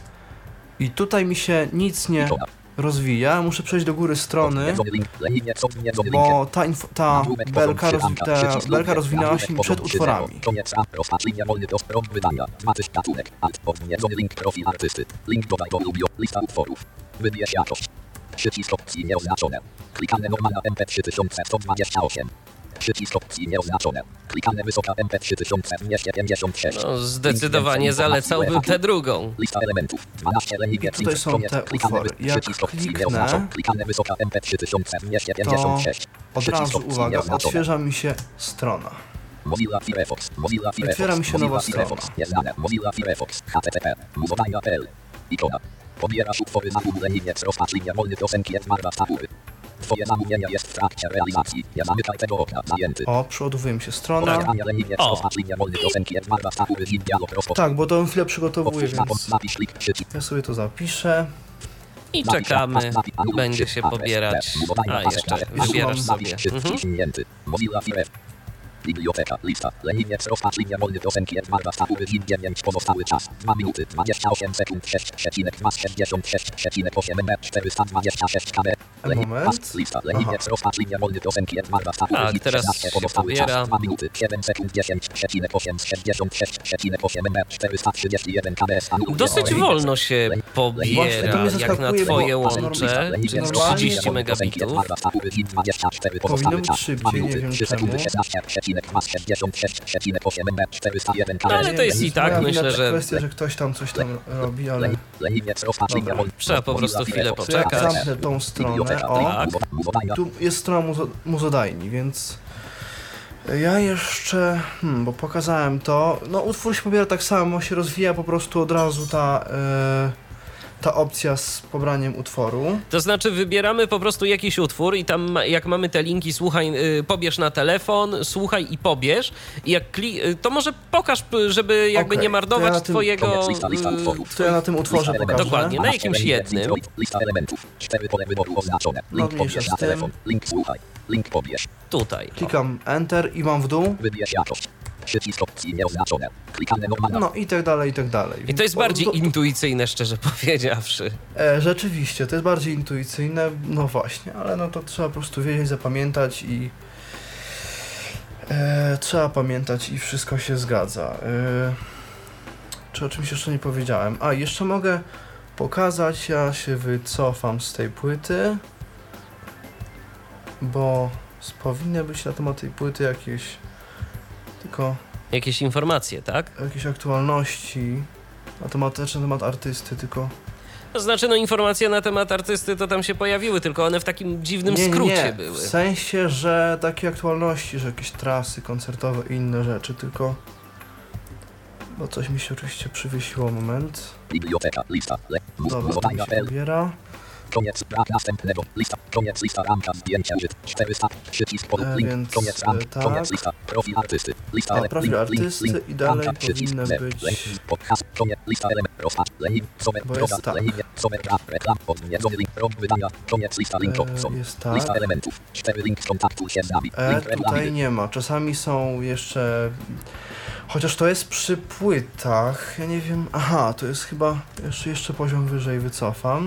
I tutaj mi się nic nie Ikona. rozwija, muszę przejść do góry strony, Odwiedzony link, leniwiec, odwiedzony linkiem. bo ta, info, ta Nagłówek poziom belka, trzy, rozwi ramka, ta przycisk belka lub, rozwinęła nagłówek się mi poziom przed trzy, utworami. zero. Koniec, a, rozpaczliwie wolny to rok wydania. Dwa tysiące gatunek, alt, odwiedzony link profil artysty. Link dodaj do ulubio, lista utworów. Wybierz jakość. Przycisk opcji nieoznaczone. Klikane normalna M P trzy tysiące sto dwadzieścia osiem. Przycisk opcji nieoznaczone. Klikane wysoka M P trzy tysiące dwieście pięćdziesiąt sześć. No, zdecydowanie zalecałbym tę drugą. Lista elementów. dwanaście leniwiec. I tutaj są koniec, te klikane utwory. wy- Jak przycisk opcji kliknę, nieoznaczone. Klikane wysoka M P trzy tysiące dwieście pięćdziesiąt sześć. od Przycisk razu, opcji uwaga, nieoznaczone. odświeża mi się strona. Mozilla Firefox. Mozilla Firefox. Otwiera mi się Mozilla nowa Firefox. strona. Nieznane. Mozilla Firefox. H T T P. Muzowania kropka p l. Ikona. Pobierasz utwory za Google leniwiec, rozpaczliwie wolny piosenki Edwarda Stachury. Twoje zamówienie jest w trakcie realizacji. Nie zamykaj tego okna. Zajęty. O, przeładowuje mi się strona. Pobranie leniwiec, O. rozpaczliwie wolny piosenki Edwarda Stachury. Zip dialog rozpoczął. Tak, bo to on chwilę przygotowuje, Otwórz napis, więc napisz link, przycisk. ja sobie to zapiszę. I czekamy, będzie się pobierać. A, jeszcze wybierasz sobie. Mhm. Wciśnięty. Mozilla Firefox. Biblioteka, lista, leniwiec, rozpaczliwie wolny piosenki Edwarda Stachury. Zip dziewięć, pozostały czas. dwa minuty, dwadzieścia osiem sekund, sześć przecinek dwa sześćdziesiąt sześć przecinek osiem M B czterysta dwadzieścia sześć K B. Moment. Lista, leniwiec, rozpaczliwie wolny piosenki Edwarda Stachury. Tak, Zip teraz szesnaście, się pozostały pobiera. czas. dwa minuty, siedem sekund, dziesięć przecinek osiem sześćdziesiąt sześć przecinek osiem M B czterysta trzydzieści jeden K B S. Dosyć Oj. wolno się Właśnie, pobiera, to mnie jak na zaskakuje, twoje bo- łącze, Lista, leniwiec, trzydzieści megabitów. Powinno być szybciej, nie wiem czemu. No ale to jest i tak, Moja myślę, wina, że kwestia, że ktoś tam coś tam robi, ale trzeba po prostu chwilę poczekać. zamknę tą stronę. O, Tak. tu jest strona muzo muzodajni, więc ja jeszcze, hmm, bo pokazałem to, no utwór się pobiera tak samo, się rozwija po prostu od razu ta, e, ta opcja z pobraniem utworu. To znaczy wybieramy po prostu jakiś utwór i tam ma- jak mamy te linki, słuchaj, y, pobierz na telefon, słuchaj i pobierz. I jak kli- y, to może pokaż, p- żeby jakby Okej, nie to marnować ja na tym- twojego... Lista, lista y, utworów. To ja na tym utworze pokażę. Dokładnie, na jakimś jednym. Lista elementów. Cztery pole wyboru oznaczone. No, Link mniejsza pobierz z na tym. telefon. Link słuchaj. Link pobierz. Tutaj. Klikam Enter i mam w dół. Wybierz jakość. Przycisk opcji nieoznaczone. Klikane normalna. No i tak dalej, i tak dalej. I to jest Bo- bardziej to- intuicyjne, szczerze powiedziawszy. E, rzeczywiście, to jest bardziej intuicyjne, no właśnie, ale no to trzeba po prostu wiedzieć, zapamiętać i e, trzeba pamiętać i wszystko się zgadza. E, czy o czymś jeszcze nie powiedziałem? A, jeszcze mogę pokazać, ja się wycofam z tej płyty, bo Powinny być na temat tej płyty jakieś tylko Jakieś informacje, tak? jakieś aktualności na temat, znaczy na temat artysty, tylko To znaczy, no informacje na temat artysty to tam się pojawiły, tylko one w takim dziwnym nie, skrócie nie, były. w sensie, że takie aktualności, że jakieś trasy koncertowe i inne rzeczy, tylko bo coś mi się oczywiście przywiesiło, moment. Biblioteka, lista, le, Dobra, to mi się pobiera. Koniec brak następnego, lista, koniec lista, ramka, zdjęcia, żyt, czterysta, przycisk, pod, E, link, więc, koniec e, ram, tak. koniec lista, profil artysty, lista, A, ele, profil link, link, artysty link, i dalej ramka, przycisk, powinny le, być- le, podcast, koniec, lista, element, rozpacz, lenin, somer, Bo droga, jest tak. lenin, somer, graf, reklam, odwiedzony link, rok wydania, koniec, lista, link, E, są, jest tak. lista elementów, cztery, link, kontaktuj się z nami, E, link, tutaj reklamy, nie ma. Czasami są jeszcze... Chociaż to jest przy płytach, ja nie wiem... Aha, to jest chyba jeszcze, jeszcze poziom wyżej wycofam.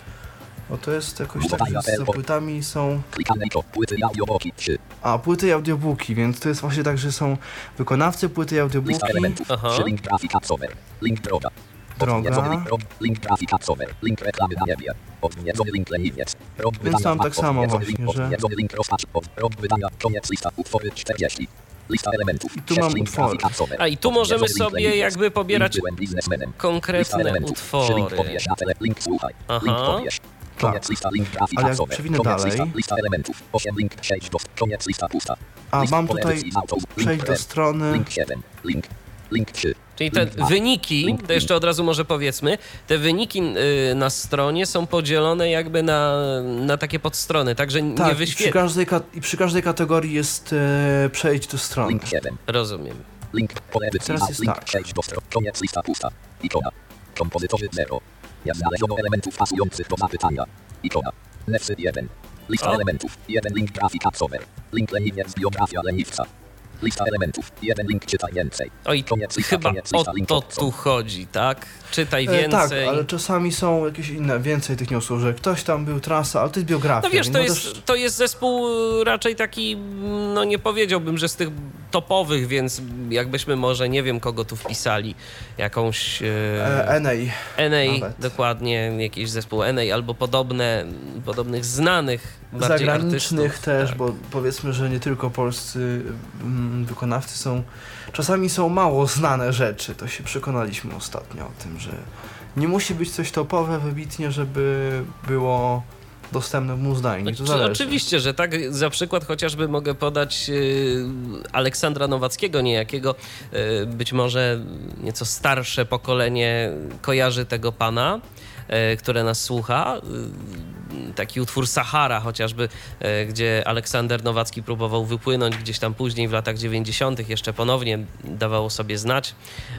Bo to jest jakoś tak, że za płytami są... klikane to, płyty, audiobooki, trzy, A, płyty i audiobooki, więc to jest właśnie tak, że są wykonawcy, płyty i lista audiobooki. elementów, Aha. trzy, link, grafika, somer, link, droga, Droga. Odwiedzony link, rok, link grafika, somer, link reklamy na niebie, odwiedzony link leniwiec, rok Więc wydania, mam tak samo odwiedzony właśnie, link, że- odwiedzony link rozpacz, od, rok wydania, koniec lista, utwory czterdzieści, lista elementów, I tu sześć, mam link utwory. grafika, somer, A i tu możemy odwiedzony link sobie leniwiec, jakby pobierać link byłem biznesmenem, lista konkretne elementów, trzy, link utwory. pobierz, na tele, link słuchaj, Aha. link pobierz, koniec Tak. lista, link grafika, Ale jak somer, przewinę koniec dalej- lista, lista elementów, osiem, link, sześć, do, koniec lista pusta, A, lista mam pole tutaj edycji z autobus, link przejść do red, strony... link siedem, link, link trzy, Czyli te link dwa, wyniki, link to jeszcze od razu może powiedzmy, te wyniki y, na stronie są podzielone jakby na, na takie podstrony, także nie Tak, i przy, wyświetla. każdej ka- i przy każdej kategorii jest e, przejść do strony. link siedem, Rozumiem. link, pole edycji, Teraz a, jest link tak. przejść do strony, koniec lista pusta, ikona, kompozytorzy zero, jak znaleziono elementów pasujących do zapytania, ikona, nefsy jeden, lista O. elementów, jeden link grafika somer, link leniwiec biografia leniwca, lista elementów, jeden link czytaj więcej, Oj, koniec lista, chyba koniec o lista, link to od- tu chodzi, tak? Czytaj E, tak, więcej. ale czasami są jakieś inne, więcej tych newsów, że ktoś tam był trasa, ale to jest biografia. No wiesz, więc to no jest, też- to jest zespół raczej taki, no nie powiedziałbym, że z tych topowych, więc jakbyśmy może, nie wiem kogo tu wpisali, jakąś E, e, N A. N A, nawet. dokładnie, jakiś zespół N A albo podobne, podobnych znanych, bardziej Zagranicznych artystów, też, tak. bo powiedzmy, że nie tylko polscy mm, wykonawcy są, czasami są mało znane rzeczy, to się przekonaliśmy ostatnio o tym, że nie musi być coś topowe wybitnie, żeby było dostępne w muzdajni, to Czy, zależy. oczywiście, że tak. Za przykład chociażby mogę podać y, Aleksandra Nowackiego niejakiego. Y, być może nieco starsze pokolenie kojarzy tego pana, y, które nas słucha. Y, taki utwór Sahara chociażby, y, gdzie Aleksander Nowacki próbował wypłynąć gdzieś tam później w latach dziewięćdziesiątych. Jeszcze ponownie dawało sobie znać.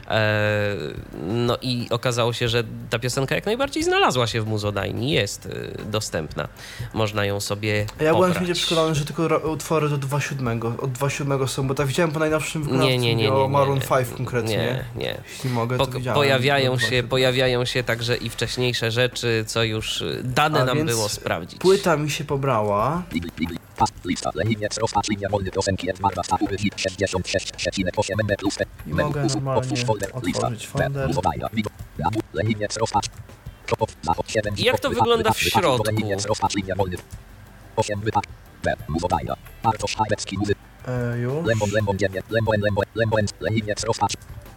E, no i okazało się, że ta piosenka jak najbardziej znalazła się w muzodajni. Jest y, dostępna. Można ją sobie Ja byłem pobrać. święcie przekonany, że tylko ro- utwory do dwa siódmego, od dwa siódmego są, bo tak widziałem po najnowszym wykonawcy, Nie, nie, nie, mówię nie, o Maroon nie. pięć konkretnie, Nie, nie. jeśli mogę, Po, to widziałem. pojawiają do się, dwa siódmego. pojawiają się także i wcześniejsze rzeczy, co już y, dane A nam więc było sprawdzić. Płyta mi się pobrała, Bibli, bibli, pas, lista, leniwiec, rozpacz, linia wolny, piosenki, Edwarda Stachu, hit sześćdziesiąt sześć przecinek osiem M B plus, I menu, mogę usług, normalnie otwórz folder, lista, otworzyć web, folder. muzodajna, widok, gabu, leniwiec, rozpacz, top, zachod, siedem, I jak to wypad, wygląda wypad, w wypad, środku? leniwiec, rozpacz, linia wolny, osiem, wypad, web, muzodajna, Bartosz Hajbecki, muzy, e, już. Lemon, lemon, dziewięć, lemon, lemon, lemon, leniwiec, rozpacz,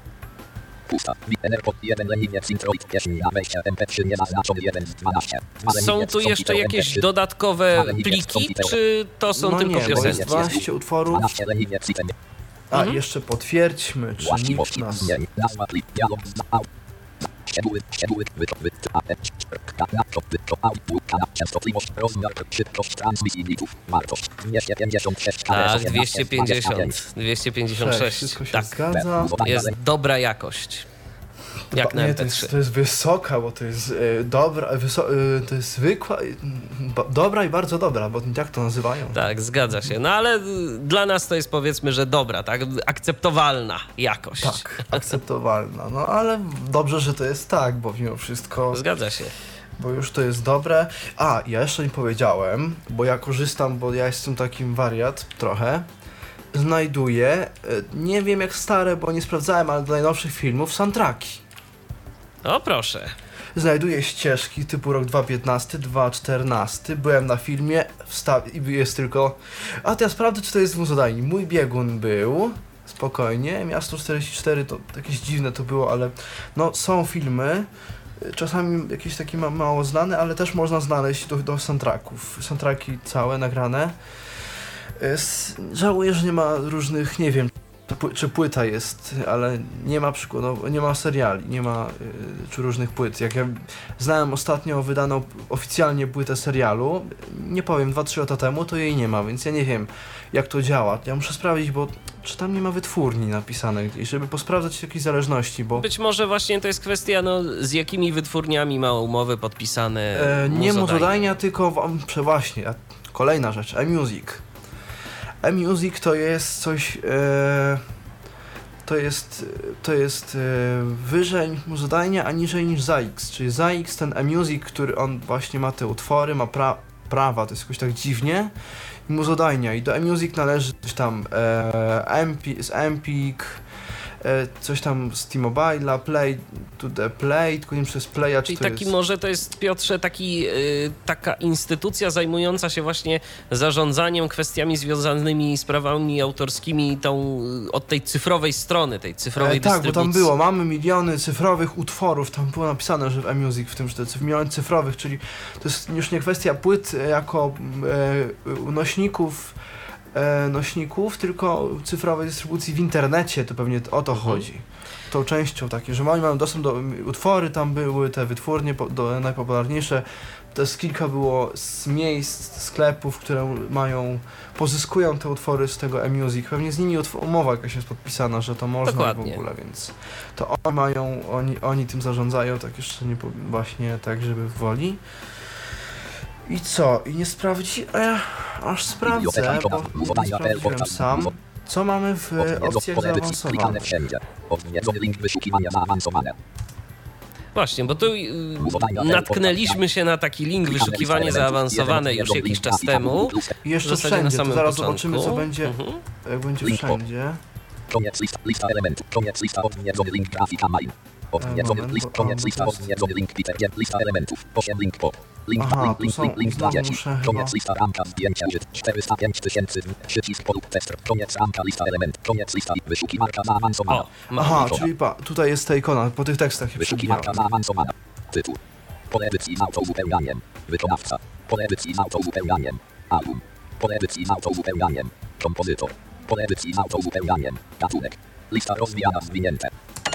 pusta, enerpod, jeden, leniwiec, introid, pieśni, a wejście, M P trzy, niezaznaczony, jeden z dwunastu, dwa, Są leniwiec, tu jeszcze komputer, jakieś M P trzy, dodatkowe Ale nie pliki, jest czy to są no tylko nie, bo jest piosenki? dwanaście utworów. dwanaście, leniwiec, item, A, Mhm. jeszcze potwierdźmy, czy nikt właściwości, nas... zmień, nazwa, plik, dialog, z, au, szczegóły, szczegóły, wytop, wy, a, e, laptop, wytop, outlook, kanał, częstotliwość, rozmiar, szybkość transmisji bitów, wartość, dwieście pięćdziesiąt sześć, Tak, dwieście pięćdziesiąt, dwieście pięćdziesiąt Cześć, sześć, wszystko się tak, zgadza. jest dobra jakość, jak na nie, M to P jest, trzy. to jest wysoka, bo to jest e, dobra, wyso, e, to jest zwykła, e, ba, dobra i bardzo dobra, bo jak to nazywają? Tak, zgadza się. No ale y, dla nas to jest powiedzmy, że dobra, tak? Akceptowalna jakość. Tak, akceptowalna. No ale dobrze, że to jest tak, bo mimo wszystko, Zgadza się. bo już to jest dobre. A, ja jeszcze nie powiedziałem, bo ja korzystam, bo ja jestem takim wariat trochę. Znajduję, e, nie wiem jak stare, bo nie sprawdzałem, ale do najnowszych filmów soundtracki. O proszę. znajduję ścieżki typu rok dwa piętnasty, dwa czternasty, byłem na filmie wsta- i jest tylko, a to ja sprawdzę, czy to jest w muzodajni. Mój biegun był, spokojnie, Miasto czterdzieści cztery to jakieś dziwne to było, ale no są filmy, czasami jakieś takie ma- mało znane, ale też można znaleźć do, do soundtracków, soundtracki całe nagrane. S- żałuję, że nie ma różnych, nie wiem, Pły- czy płyta jest, ale nie ma przykładowo, nie ma seriali, nie ma y, czy różnych płyt. Jak ja znałem ostatnio wydaną oficjalnie płytę serialu, nie powiem, dwa trzy lata temu, to jej nie ma, więc ja nie wiem, jak to działa. Ja muszę sprawdzić, bo czy tam nie ma wytwórni napisane gdzieś, żeby posprawdzać jakieś zależności, bo Być może właśnie to jest kwestia, no, z jakimi wytwórniami ma umowy podpisane. e, nie Muzodajnie. muzodajnia, tylko w, prze- właśnie, a kolejna rzecz, eMusic. eMusic to jest coś, e, to jest, to jest e, wyżej muzodajnia, a niżej niż ZAIX, czyli ZAIX, ten eMusic, który on właśnie ma te utwory, ma pra, prawa, to jest jakoś tak dziwnie, i muzodajnia, i do eMusic należy coś tam e, M P, z Empik, e, coś tam z T-Mobile'a, Play to the Play, tylko nie wiem, czy to jest Playa, czy Czyli to taki jest... może to jest, Piotrze, taki, y, taka instytucja zajmująca się właśnie zarządzaniem kwestiami związanymi z prawami autorskimi tą, y, od tej cyfrowej strony, tej cyfrowej E, tak, bo dystrybucji. tam było, mamy miliony cyfrowych utworów, tam było napisane, że w eMusic, w tym, że to jest miliony cyfrowych, czyli to jest już nie kwestia płyt e, jako e, nośników, e, nośników, tylko cyfrowej dystrybucji w internecie, to pewnie o to chodzi. Tą częścią takie, że oni mają dostęp do utwory, tam były te wytwórnie po, do, najpopularniejsze, to jest kilka było z miejsc, sklepów, które mają, pozyskują te utwory z tego eMusic, pewnie z nimi utw- umowa jakaś jest podpisana, że to można Dokładnie. w ogóle, więc to oni mają, oni, oni tym zarządzają, tak jeszcze nie, po- właśnie tak, żeby w woli. I co? I nie sprawdzi? A ja aż sprawdzę, bo nie sprawdziłem sam. Co mamy w e, opcjach zaawansowanych? Odwiedzony link wyszukiwania zaawansowane. Właśnie, bo tu y, natknęliśmy się na taki link wyszukiwanie zaawansowane już jakiś czas temu. I W jeszcze zasadzie na wszędzie, to samym zaraz początku. zobaczymy, co będzie, Mhm. jak będzie Link wszędzie. Koniec lista, lista elementów, koniec lista odwiedzony link grafika main. Odwiedzony moment, list, bo- koniec a, bo lista to jest- odwiedzony link Peter, lista elementów, osiem link pop. Link, Aha, link, tu link, są- link, link dla znowu dzieci. muszę Koniec chyba- lista ramka zdjęcia użyt, czterysta pięć tysięcy, przycisk polub tester, koniec ramka lista element, koniec lista wyszukiwarka zaawansowana. O, ma. Aha, ikona. czyli pa, tutaj jest ta ikona, po tych tekstach się Wyszukiwarka przebijałem. zaawansowana. Tytuł. Pole edycji z autouzupełnianiem. Wykonawca. Pole edycji z autouzupełnianiem. Album. Pole edycji z autouzupełnianiem. Kompozytor. Pole edycji z autouzupełnianiem. Gatunek. Lista rozwijana zwinięte.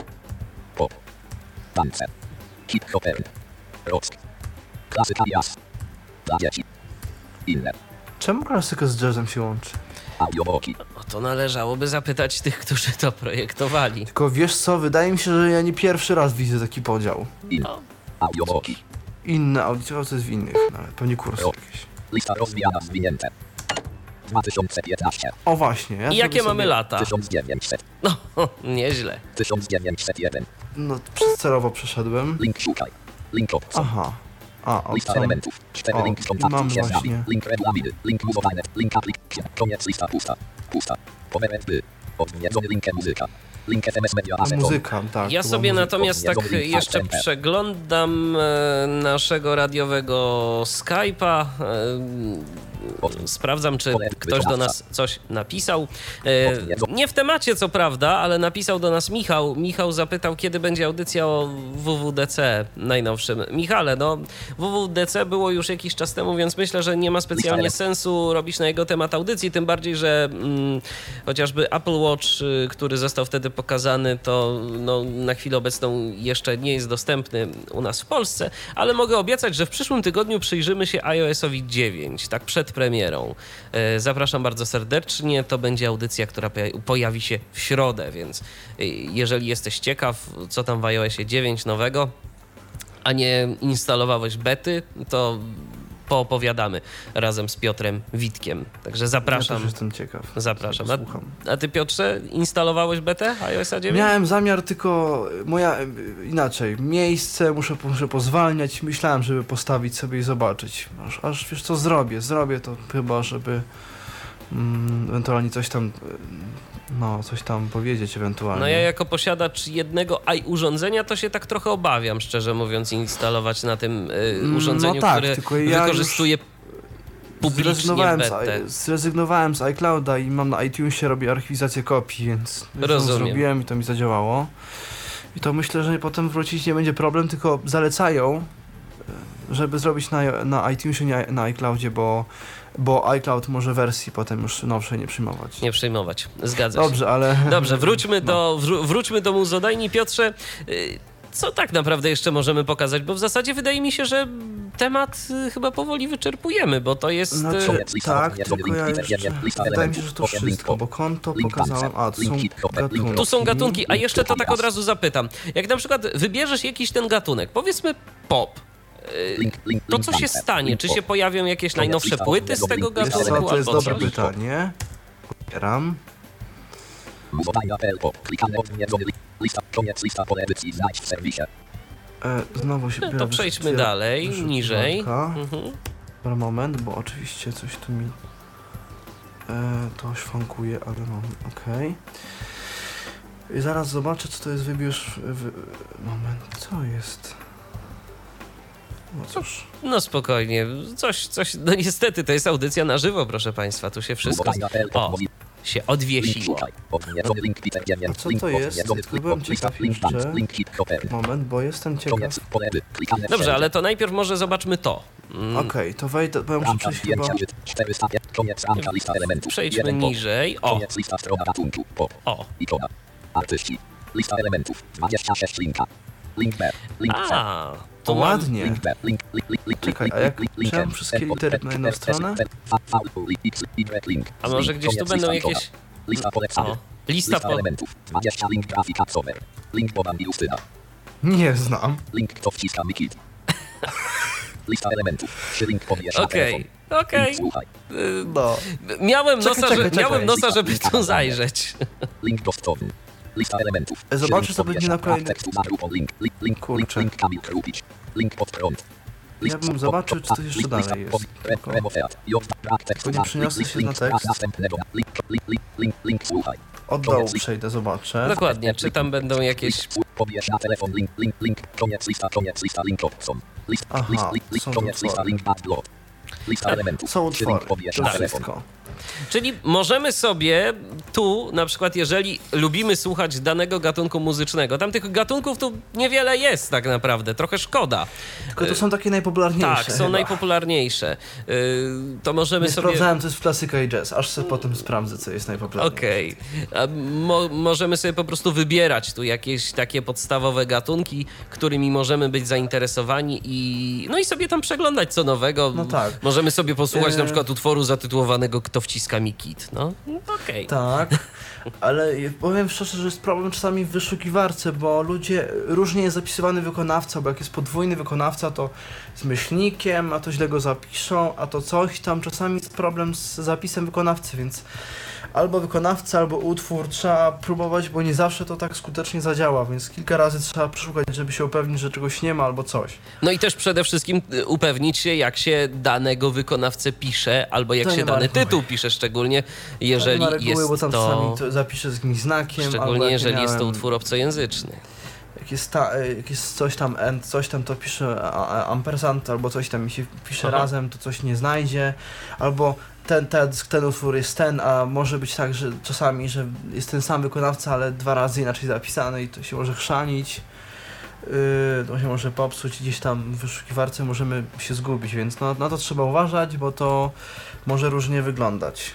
Pop. Tance. Hip-hoper. Rock. Klasyka jazz. Dla dzieci. Inne. Czemu klasyka z jazzem się łączy? Audiobooki. O to należałoby zapytać tych, którzy to projektowali. Tylko wiesz co, wydaje mi się, że ja nie pierwszy raz widzę taki podział. Inne. Audiobooki. Inne audycje, to jest w innych, no, ale pewnie kursy Rock. jakieś. Lista rozwijana zwinięte. dwa tysiące piętnaście. O właśnie, ja I jakie sobie mamy sobie, lata? tysiąc dziewięćset. No, nieźle. tysiąc dziewięćset jeden. No, przez celowo przeszedłem. Link szukaj. Link opcja. Aha. A, Lista opcja. elementów. Cztery O, link z i mam kontaktu się właśnie. znami. Link regulaminy. Link muzowane. Link aplikacja. Koniec lista pusta. Pusta. Powered by. Odwiedzony link muzyka. Link S M S media A asset. muzyka, tak. Ja to sobie była muzyka. natomiast tak Odwiedzony link jeszcze H T M L. przeglądam e, naszego radiowego Skype'a. E, Sprawdzam, czy ktoś do nas coś napisał. E, nie w temacie, co prawda, ale napisał do nas Michał. Michał zapytał, kiedy będzie audycja o W W D C najnowszym. Michale, no W W D C było już jakiś czas temu, więc myślę, że nie ma specjalnie sensu robić na jego temat audycji, tym bardziej, że mm, chociażby Apple Watch, y, który został wtedy pokazany, to no, na chwilę obecną jeszcze nie jest dostępny u nas w Polsce, ale mogę obiecać, że w przyszłym tygodniu przyjrzymy się iOS-owi dziewięć, tak przed premierą. E, Zapraszam bardzo serdecznie, to będzie audycja, która poja- pojawi się w środę, więc y, jeżeli jesteś ciekaw, co tam w iOSie dziewięć nowego, a nie instalowałeś bety, to poopowiadamy razem z Piotrem Witkiem. Także Ja zapraszam. też jestem ciekaw. Zapraszam. Słucham. A, a ty, Piotrze, instalowałeś betę iOS dziewięć? Miałem zamiar tylko, moja, inaczej, miejsce muszę, muszę pozwalniać, myślałem, żeby postawić sobie i zobaczyć. Aż, aż wiesz co, zrobię, zrobię to chyba, żeby mm, ewentualnie coś tam no, coś tam powiedzieć ewentualnie. No ja jako posiadacz jednego urządzenia to się tak trochę obawiam, szczerze mówiąc, instalować na tym y, urządzeniu, no tak, które tylko ja wykorzystuje publicznie zrezygnowałem betę. z, zrezygnowałem z iClouda i mam na iTunesie, robię archiwizację kopii, więc Rozumiem. zrobiłem i to mi zadziałało. I to myślę, że potem wrócić nie będzie problem, tylko zalecają, żeby zrobić na, na iTunesie, nie na iCloudzie, bo, bo iCloud może wersji potem już nowszej nie przyjmować. Nie przyjmować, zgadza się. Dobrze, ale... Dobrze, wróćmy, no. do, wró- wróćmy do Muzodajni. Piotrze, y, co tak naprawdę jeszcze możemy pokazać? Bo w zasadzie wydaje mi się, że temat y, chyba powoli wyczerpujemy, bo to jest... Znaczy, y, tak, tylko ja jeszcze... Wydaje mi się, że to wszystko, bo konto pokazałem... A, tu są gatunki. Tu są gatunki, a jeszcze to tak od razu zapytam. Jak na przykład wybierzesz jakiś ten gatunek, powiedzmy pop, y, to co się stanie? Czy się pojawią jakieś najnowsze płyty z tego Wiesz gatunku? co, to jest albo dobre coś? pytanie. Otwieram. E, znowu się No to pojawia przejdźmy wyszukiwarka. dalej, niżej. Mhm. Dobra, moment, bo oczywiście coś tu mi e, to szwankuje, ale mam, okej. I zaraz zobaczę, co to jest wybierz... Wy, moment, co jest? No cóż... No spokojnie, coś, coś, no niestety to jest audycja na żywo, proszę państwa, tu się wszystko, o, się odwiesiło. A co to jest? Tylko byłem ciekaw jeszcze. Moment, bo jestem ciekaw. Dobrze, ale to najpierw może zobaczmy to. Mm, Okej, to wejdę, bo ja muszę przejść chyba... Przejdźmy niżej, o, o, Artyści. Lista elementów. dwadzieścia sześć linka. Link B. Link C. a, To tu mam, ładnie. Link B. Link, link, link, link, Czekaj, a jak przełam wszystkie litery na jedną stronę? a może gdzieś tu będą jakieś, Lista polecanych. o, lista po, elementów. dwadzieścia link grafika cover. Link Boban i Justyna. Nie znam. Link kto wciska Mikit. Lista elementów. Trzy link powiesz na okej, telefon. okej, Link słuchaj. y, No. miałem Czekaj, nosa, czekaj, że, czekaj. miałem nosa, żeby Lista tu polecanych. Link dostępny. Lista elementów. E, zobaczę sobie nie na kolejny- tekstu za grupą link. Link, link, link, Kurczę. link Kamil Krupić. Link pod prąd. Ja bym zobaczył, czy to jeszcze dalej jest. Tylko Tylko nie przyniosę się na tekst. Link, link, link, link, link, słuchaj. od dołu przejdę, zobaczę. Dokładnie, czy tam będą jakieś, Pobierz na telefon link, link, link, koniec lista, koniec lista, link option. List, Aha, list, list, list, są koniec utwory. lista, link bad blot. Lista elementów. Są Trzy link utwory, pobierz to na telefon. wszystko. czyli możemy sobie tu, na przykład jeżeli lubimy słuchać danego gatunku muzycznego, tam tych gatunków tu niewiele jest tak naprawdę, trochę szkoda. Tylko to są takie najpopularniejsze. Tak, są chyba. najpopularniejsze. Yy, to możemy Nie sobie... sprawdzałem, to jest w klasyka i jazz, aż sobie potem sprawdzę, co jest najpopularniejsze. Okej. A Mo- możemy sobie po prostu wybierać tu jakieś takie podstawowe gatunki, którymi możemy być zainteresowani i no i sobie tam przeglądać co nowego. No tak. Możemy sobie posłuchać E- na przykład utworu zatytułowanego Kto wciska mi kit. No, no okej. Tak, ale powiem szczerze, że jest problem czasami w wyszukiwarce, bo ludzie, różnie jest zapisywany wykonawca, bo jak jest podwójny wykonawca, to z myślnikiem, a to źle go zapiszą, a to coś tam, czasami jest problem z zapisem wykonawcy, więc albo wykonawca, albo utwór trzeba próbować, bo nie zawsze to tak skutecznie zadziała, więc kilka razy trzeba przeszukać, żeby się upewnić, że czegoś nie ma albo coś. No i też przede wszystkim y, upewnić się, jak się danego wykonawcę pisze, albo jak To się nie ma dany reguły. tytuł pisze, szczególnie Nie jeżeli ma reguły, jest bo tam to... czasami to zapiszę z jakimś znakiem, albo Szczególnie jak jeżeli jest to miałem- utwór obcojęzyczny. Jak jest, ta, jak jest coś tam end, coś tam to pisze a- a- ampersand, albo coś tam mi się pisze Aha. razem, to coś nie znajdzie, albo ten, ten, ten utwór jest ten, a może być tak, że czasami, że jest ten sam wykonawca, ale dwa razy inaczej zapisany i to się może chrzanić, yy, to się może popsuć, gdzieś tam w wyszukiwarce możemy się zgubić, więc no, na to trzeba uważać, bo to może różnie wyglądać.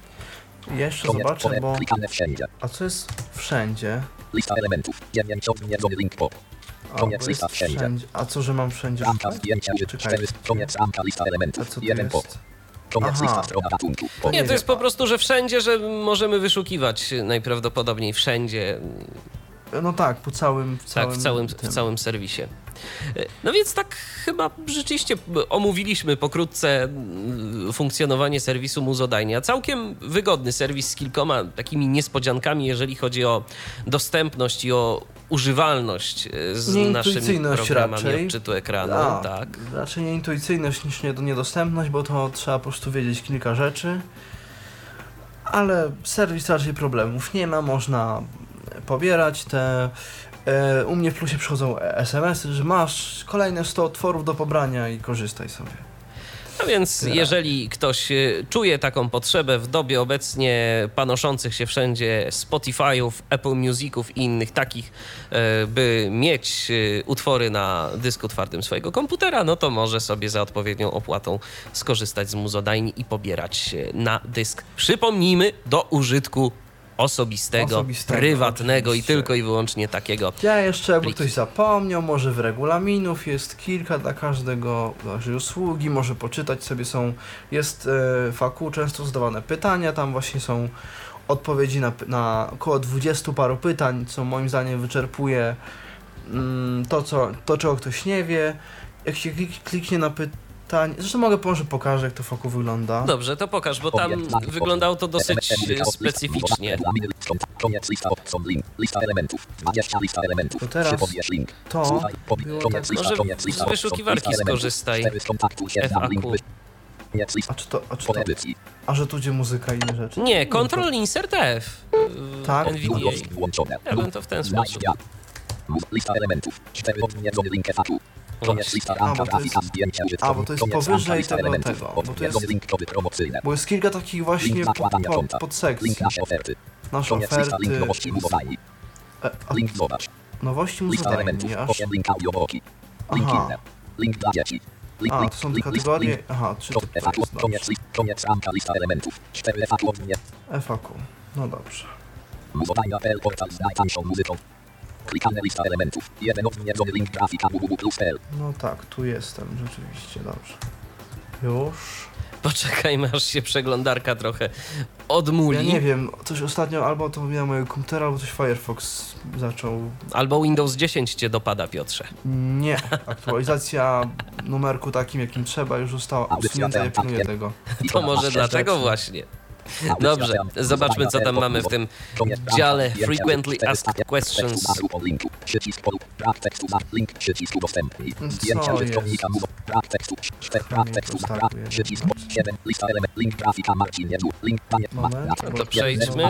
I jeszcze Koniec, zobaczę, pole, bo... klikane wszędzie. A co jest wszędzie? Lista elementów. dziewięć odmieniony link pop. A, Koniec bo lista jest wszędzie. wszędzie. A co, że mam wszędzie Ramka szukać? zdjęcia. Czekaj. cztery. Koniec ramka lista A elementów. co to jeden pop. jest? Koniec Aha. lista strona gatunku. Pop. Nie, to wiem. jest po prostu, że wszędzie, że możemy wyszukiwać najprawdopodobniej wszędzie. No tak, po całym... W całym Tak, w całym, w tym. całym serwisie. No więc tak chyba rzeczywiście omówiliśmy pokrótce mm, funkcjonowanie serwisu Muzodajnia. Całkiem wygodny serwis z kilkoma takimi niespodziankami, jeżeli chodzi o dostępność i o używalność e, z naszymi Nieintuicyjność programami raczej. odczytu ekranu. A, Tak. Raczej nie intuicyjność niż nie- niedostępność, bo to trzeba po prostu wiedzieć kilka rzeczy. ale serwis raczej problemów nie ma, można pobierać te... E, u mnie w plusie przychodzą es em esy, że masz kolejne sto utworów do pobrania i korzystaj sobie. No więc Tyle. jeżeli ktoś y, czuje taką potrzebę w dobie obecnie panoszących się wszędzie Spotify'ów, Apple Musiców i innych takich, y, by mieć y, utwory na dysku twardym swojego komputera, no to może sobie za odpowiednią opłatą skorzystać z Muzodajni i pobierać y, na dysk. Przypomnijmy, do użytku osobistego, Osobistego, prywatnego oczywiście. i tylko i wyłącznie takiego. Ja jeszcze, jakby pliki. ktoś zapomniał, może w regulaminów jest kilka dla każdego, dla każdej usługi, może poczytać sobie są, jest e, w A Q często zadawane pytania, tam właśnie są odpowiedzi na, na około dwudziestu paru pytań, co moim zdaniem wyczerpuje mm, to, co, to, czego ktoś nie wie. Jak się klik, kliknie na pytanie, zresztą mogę, może pokażę, jak to w A Q wygląda. Dobrze, to pokaż, bo tam wyglądało to dosyć y, specyficznie. Koniec lista opcją link. Lista elementów. dwadzieścia lista elementów. To teraz Przypomniesz link. to Słuchaj, pobi- było koniec tak- lista, Może koniec lista z opcją wyszukiwarki lista elementów. skorzystaj. Cztery skontaktuj się F na A link. Q. Koniec lista. A czy to, a czy to, Po edycji. a że tu gdzie muzyka i inne rzeczy? Nie, Control Insert F. y, Tak. N V D Długość włączone. A. Ja bym to w ten Znajdź sposób. ja. Lista elementów. Cztery odwiedzony link F A Q. Koniec lista A, bo ramka to grafika jest- zdjęcia a, bo to jest Koniec powyżej ramka, lista tego- elementów. tego, bo to Odwiedzony jest- link kody promocyjne. Bo jest kilka takich właśnie Link pod, zakładania pod, konta. podsekcji. Link nasze oferty. Nasze Koniec lista link oferty, nowości Muzodajni. e, a, Link zobacz. nowości Lista Muzodajni, elementów. aż... osiem link audiobooki. Link Aha. inne. Link dla dzieci. Link, A, link, to są te link, link, kategorie, link. aha, czy to, Kod to F A Q. jest Koniec dobrze. list. Koniec ramka lista elementów. cztery F A Q odnie. F A Q, no dobrze. Muzodajnia kropka p l portal z najtańszą muzyką. Klikane lista elementów. Jeden odwiedzony link grafika www plus p l. No tak, tu jestem, rzeczywiście, dobrze. Już. Poczekajmy, aż się przeglądarka trochę odmuli. Ja nie wiem, coś ostatnio albo to miałem mojego komputera, albo coś Firefox zaczął. Albo Windows dziesięć cię dopada, Piotrze. Nie, aktualizacja numerku takim, jakim trzeba, już została usunięta, ja pilnuję tego. To może dlatego właśnie. Dobrze, zobaczmy, co tam mamy w tym dziale Frequently Asked Questions. Przycisk polu, brak tekstu za link, przycisku dostępny. Co Zdjęcia jest? użytkownika, muzo, brak tekstu, cztery, brak tekstu za brak, przycisk pod siedem, lista element, link grafika Marcin Jedu, link panie, Moment, No to przejdźmy.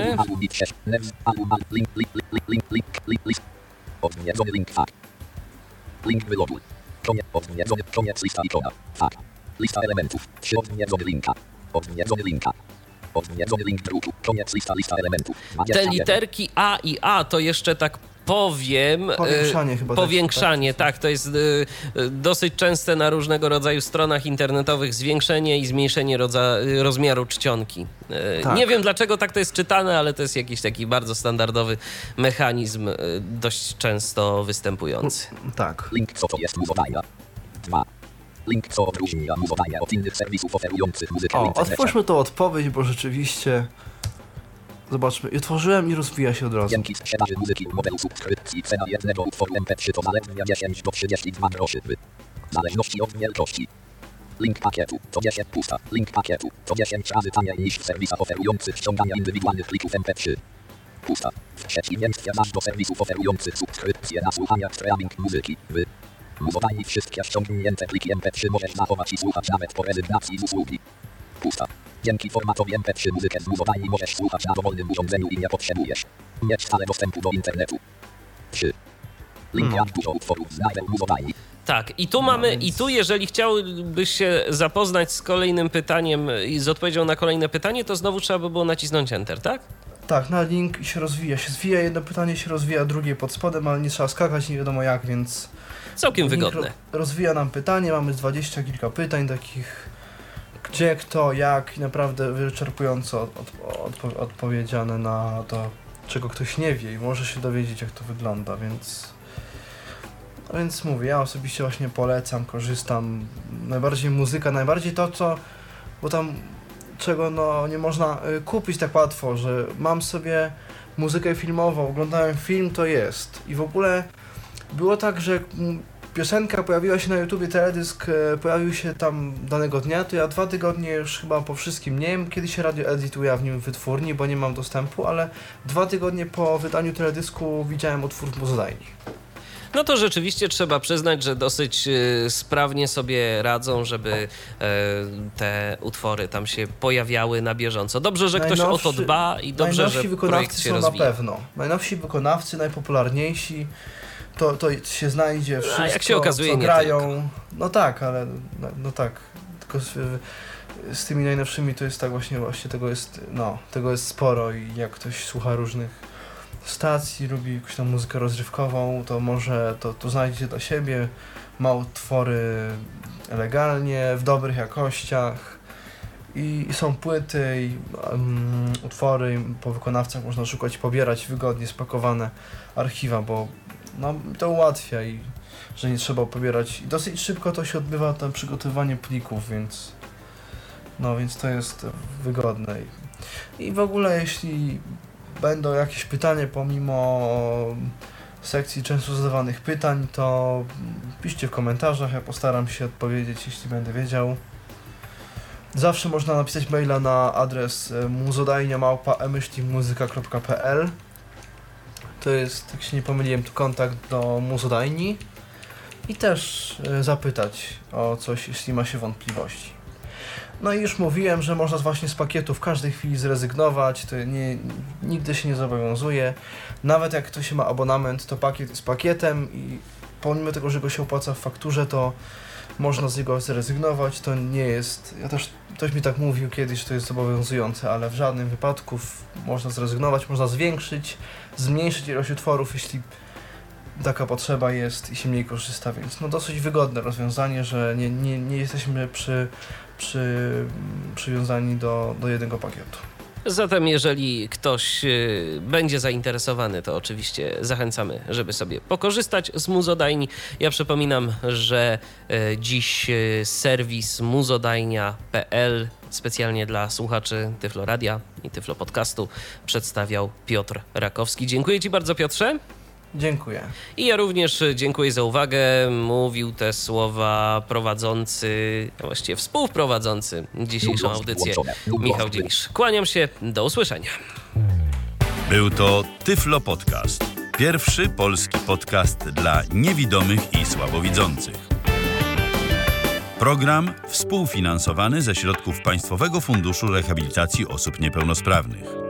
link, link, link, link, link, link, link, odwiedzony link, fakt. Link wyloguj. Koniec, odwiedzony, koniec lista ikona, fakt. Lista elementów, trzy odwiedzony linka, odwiedzony linka. Odwiedzony link druku. Koniec lista, lista elementów. Te literki A i A to jeszcze tak powiem. Powiększanie e, chyba. Powiększanie, tak, tak. To jest e, e, dosyć częste na różnego rodzaju stronach internetowych zwiększenie i zmniejszenie rodza, rozmiaru czcionki. E, Tak. Nie wiem, dlaczego tak to jest czytane, ale to jest jakiś taki bardzo standardowy mechanizm, e, dość często występujący. Tak. Link, co to jest Muzodajnia. dwa. Link, co odróżnia Muzodajnia od innych serwisów oferujących muzykę w O, internecie. otwórzmy tą odpowiedź, bo rzeczywiście... Zobaczmy, i otworzyłem i rozwija się od razu. Dzięki sprzedaży muzyki w modelu subskrypcji cena jednego utworu M P trzy to zaledwie dziesięć do trzydziestu dwóch groszy. W zależności od wielkości. Link pakietu to dziesięć pusta. Link pakietu to dziesięć razy taniej niż w serwisach oferujących ściągania indywidualnych plików M P trzy. Pusta. W przeciwieństwie zaś do serwisów oferujących subskrypcje na słuchania streaming muzyki. W Muzodajni wszystkie ściągnięte pliki M P trzy możesz zachować i słuchać nawet po rezygnacji z usługi. Pusta. Dzięki formatowi M P trzy muzykę z Muzodajni możesz słuchać na dowolnym urządzeniu i nie potrzebujesz mieć stale dostępu do internetu. trzy. Link jak dużo utworów znajdę w Muzodajni. Tak, i tu No mamy, więc- i tu jeżeli chciałbyś się zapoznać z kolejnym pytaniem i z odpowiedzią na kolejne pytanie, to znowu trzeba by było nacisnąć Enter, tak? Tak, na link się rozwija. Się zwija, jedno pytanie się rozwija, drugie pod spodem, ale nie trzeba skakać, nie wiadomo jak, więc... Całkiem link wygodne. ro- rozwija nam pytanie, mamy dwadzieścia kilka pytań takich... Gdzie, kto, jak i naprawdę wyczerpująco od, od, odpo- odpowiedziane na to, czego ktoś nie wie i może się dowiedzieć, jak to wygląda, więc... A więc mówię, ja osobiście właśnie polecam, korzystam. Najbardziej muzyka, najbardziej to, co... Bo tam czego no nie można y, kupić tak łatwo, że mam sobie muzykę filmową, oglądałem film, to jest. I w ogóle było tak, że mm, piosenka pojawiła się na YouTubie, teledysk e, pojawił się tam danego dnia, to ja dwa tygodnie już chyba po wszystkim, nie wiem kiedy się Radio Edit ujawnił w wytwórni, bo nie mam dostępu, ale dwa tygodnie po wydaniu teledysku widziałem utwór w Muzodajni. No to rzeczywiście trzeba przyznać, że dosyć y, sprawnie sobie radzą, żeby y, te utwory tam się pojawiały na bieżąco. Dobrze, że ktoś o to dba i dobrze, że najnowsi wykonawcy projekt się są rozwija. na pewno. Najnowsi wykonawcy, najpopularniejsi, to, to się znajdzie wszystko, A jak się okazuje, co nie grają. tylko. No tak, ale no, no tak, tylko z, z tymi najnowszymi to jest tak właśnie, właśnie tego jest, no, tego jest sporo i jak ktoś słucha różnych stacji, lubi jakąś tam muzykę rozrywkową, to może to, to znajdzie dla siebie, ma utwory legalnie, w dobrych jakościach i, i są płyty i um, utwory po wykonawcach można szukać, pobierać wygodnie spakowane archiwa, bo no, to ułatwia i że nie trzeba pobierać i dosyć szybko to się odbywa tam przygotowywanie plików, więc no więc to jest wygodne i, i w ogóle jeśli będą jakieś pytania pomimo sekcji często zadawanych pytań, to piszcie w komentarzach, ja postaram się odpowiedzieć, jeśli będę wiedział. Zawsze można napisać maila na adres muzodajnia małpa e myślnik muzyka kropka p l. To jest, jak się nie pomyliłem, to kontakt do Muzodajni i też zapytać o coś, jeśli ma się wątpliwości. No i już mówiłem, że można właśnie z pakietu w każdej chwili zrezygnować, to nie, nigdy się nie zobowiązuje. Nawet jak ktoś ma abonament, to pakiet jest pakietem i pomimo tego, że go się opłaca w fakturze, to można z niego zrezygnować. To nie jest, ja też, ktoś mi tak mówił kiedyś, że to jest zobowiązujące, ale w żadnym wypadku można zrezygnować, można zwiększyć, zmniejszyć ilość utworów, jeśli taka potrzeba jest i się mniej korzysta, więc no dosyć wygodne rozwiązanie, że nie, nie, nie jesteśmy przy, przy, przywiązani do, do jednego pakietu. Zatem jeżeli ktoś y, będzie zainteresowany, to oczywiście zachęcamy, żeby sobie pokorzystać z Muzodajni. Ja przypominam, że y, dziś y, serwis muzodajnia kropka p l specjalnie dla słuchaczy Tyflo Radia i Tyflo Podcastu przedstawiał Piotr Rakowski. Dziękuję Ci bardzo, Piotrze. Dziękuję. I ja również dziękuję za uwagę. Mówił te słowa prowadzący, a właściwie współprowadzący dzisiejszą audycję Michał Dzielisz. Kłaniam się, do usłyszenia. Był to Tyflo Podcast. Pierwszy polski podcast dla niewidomych i słabowidzących. Program współfinansowany ze środków Państwowego Funduszu Rehabilitacji Osób Niepełnosprawnych.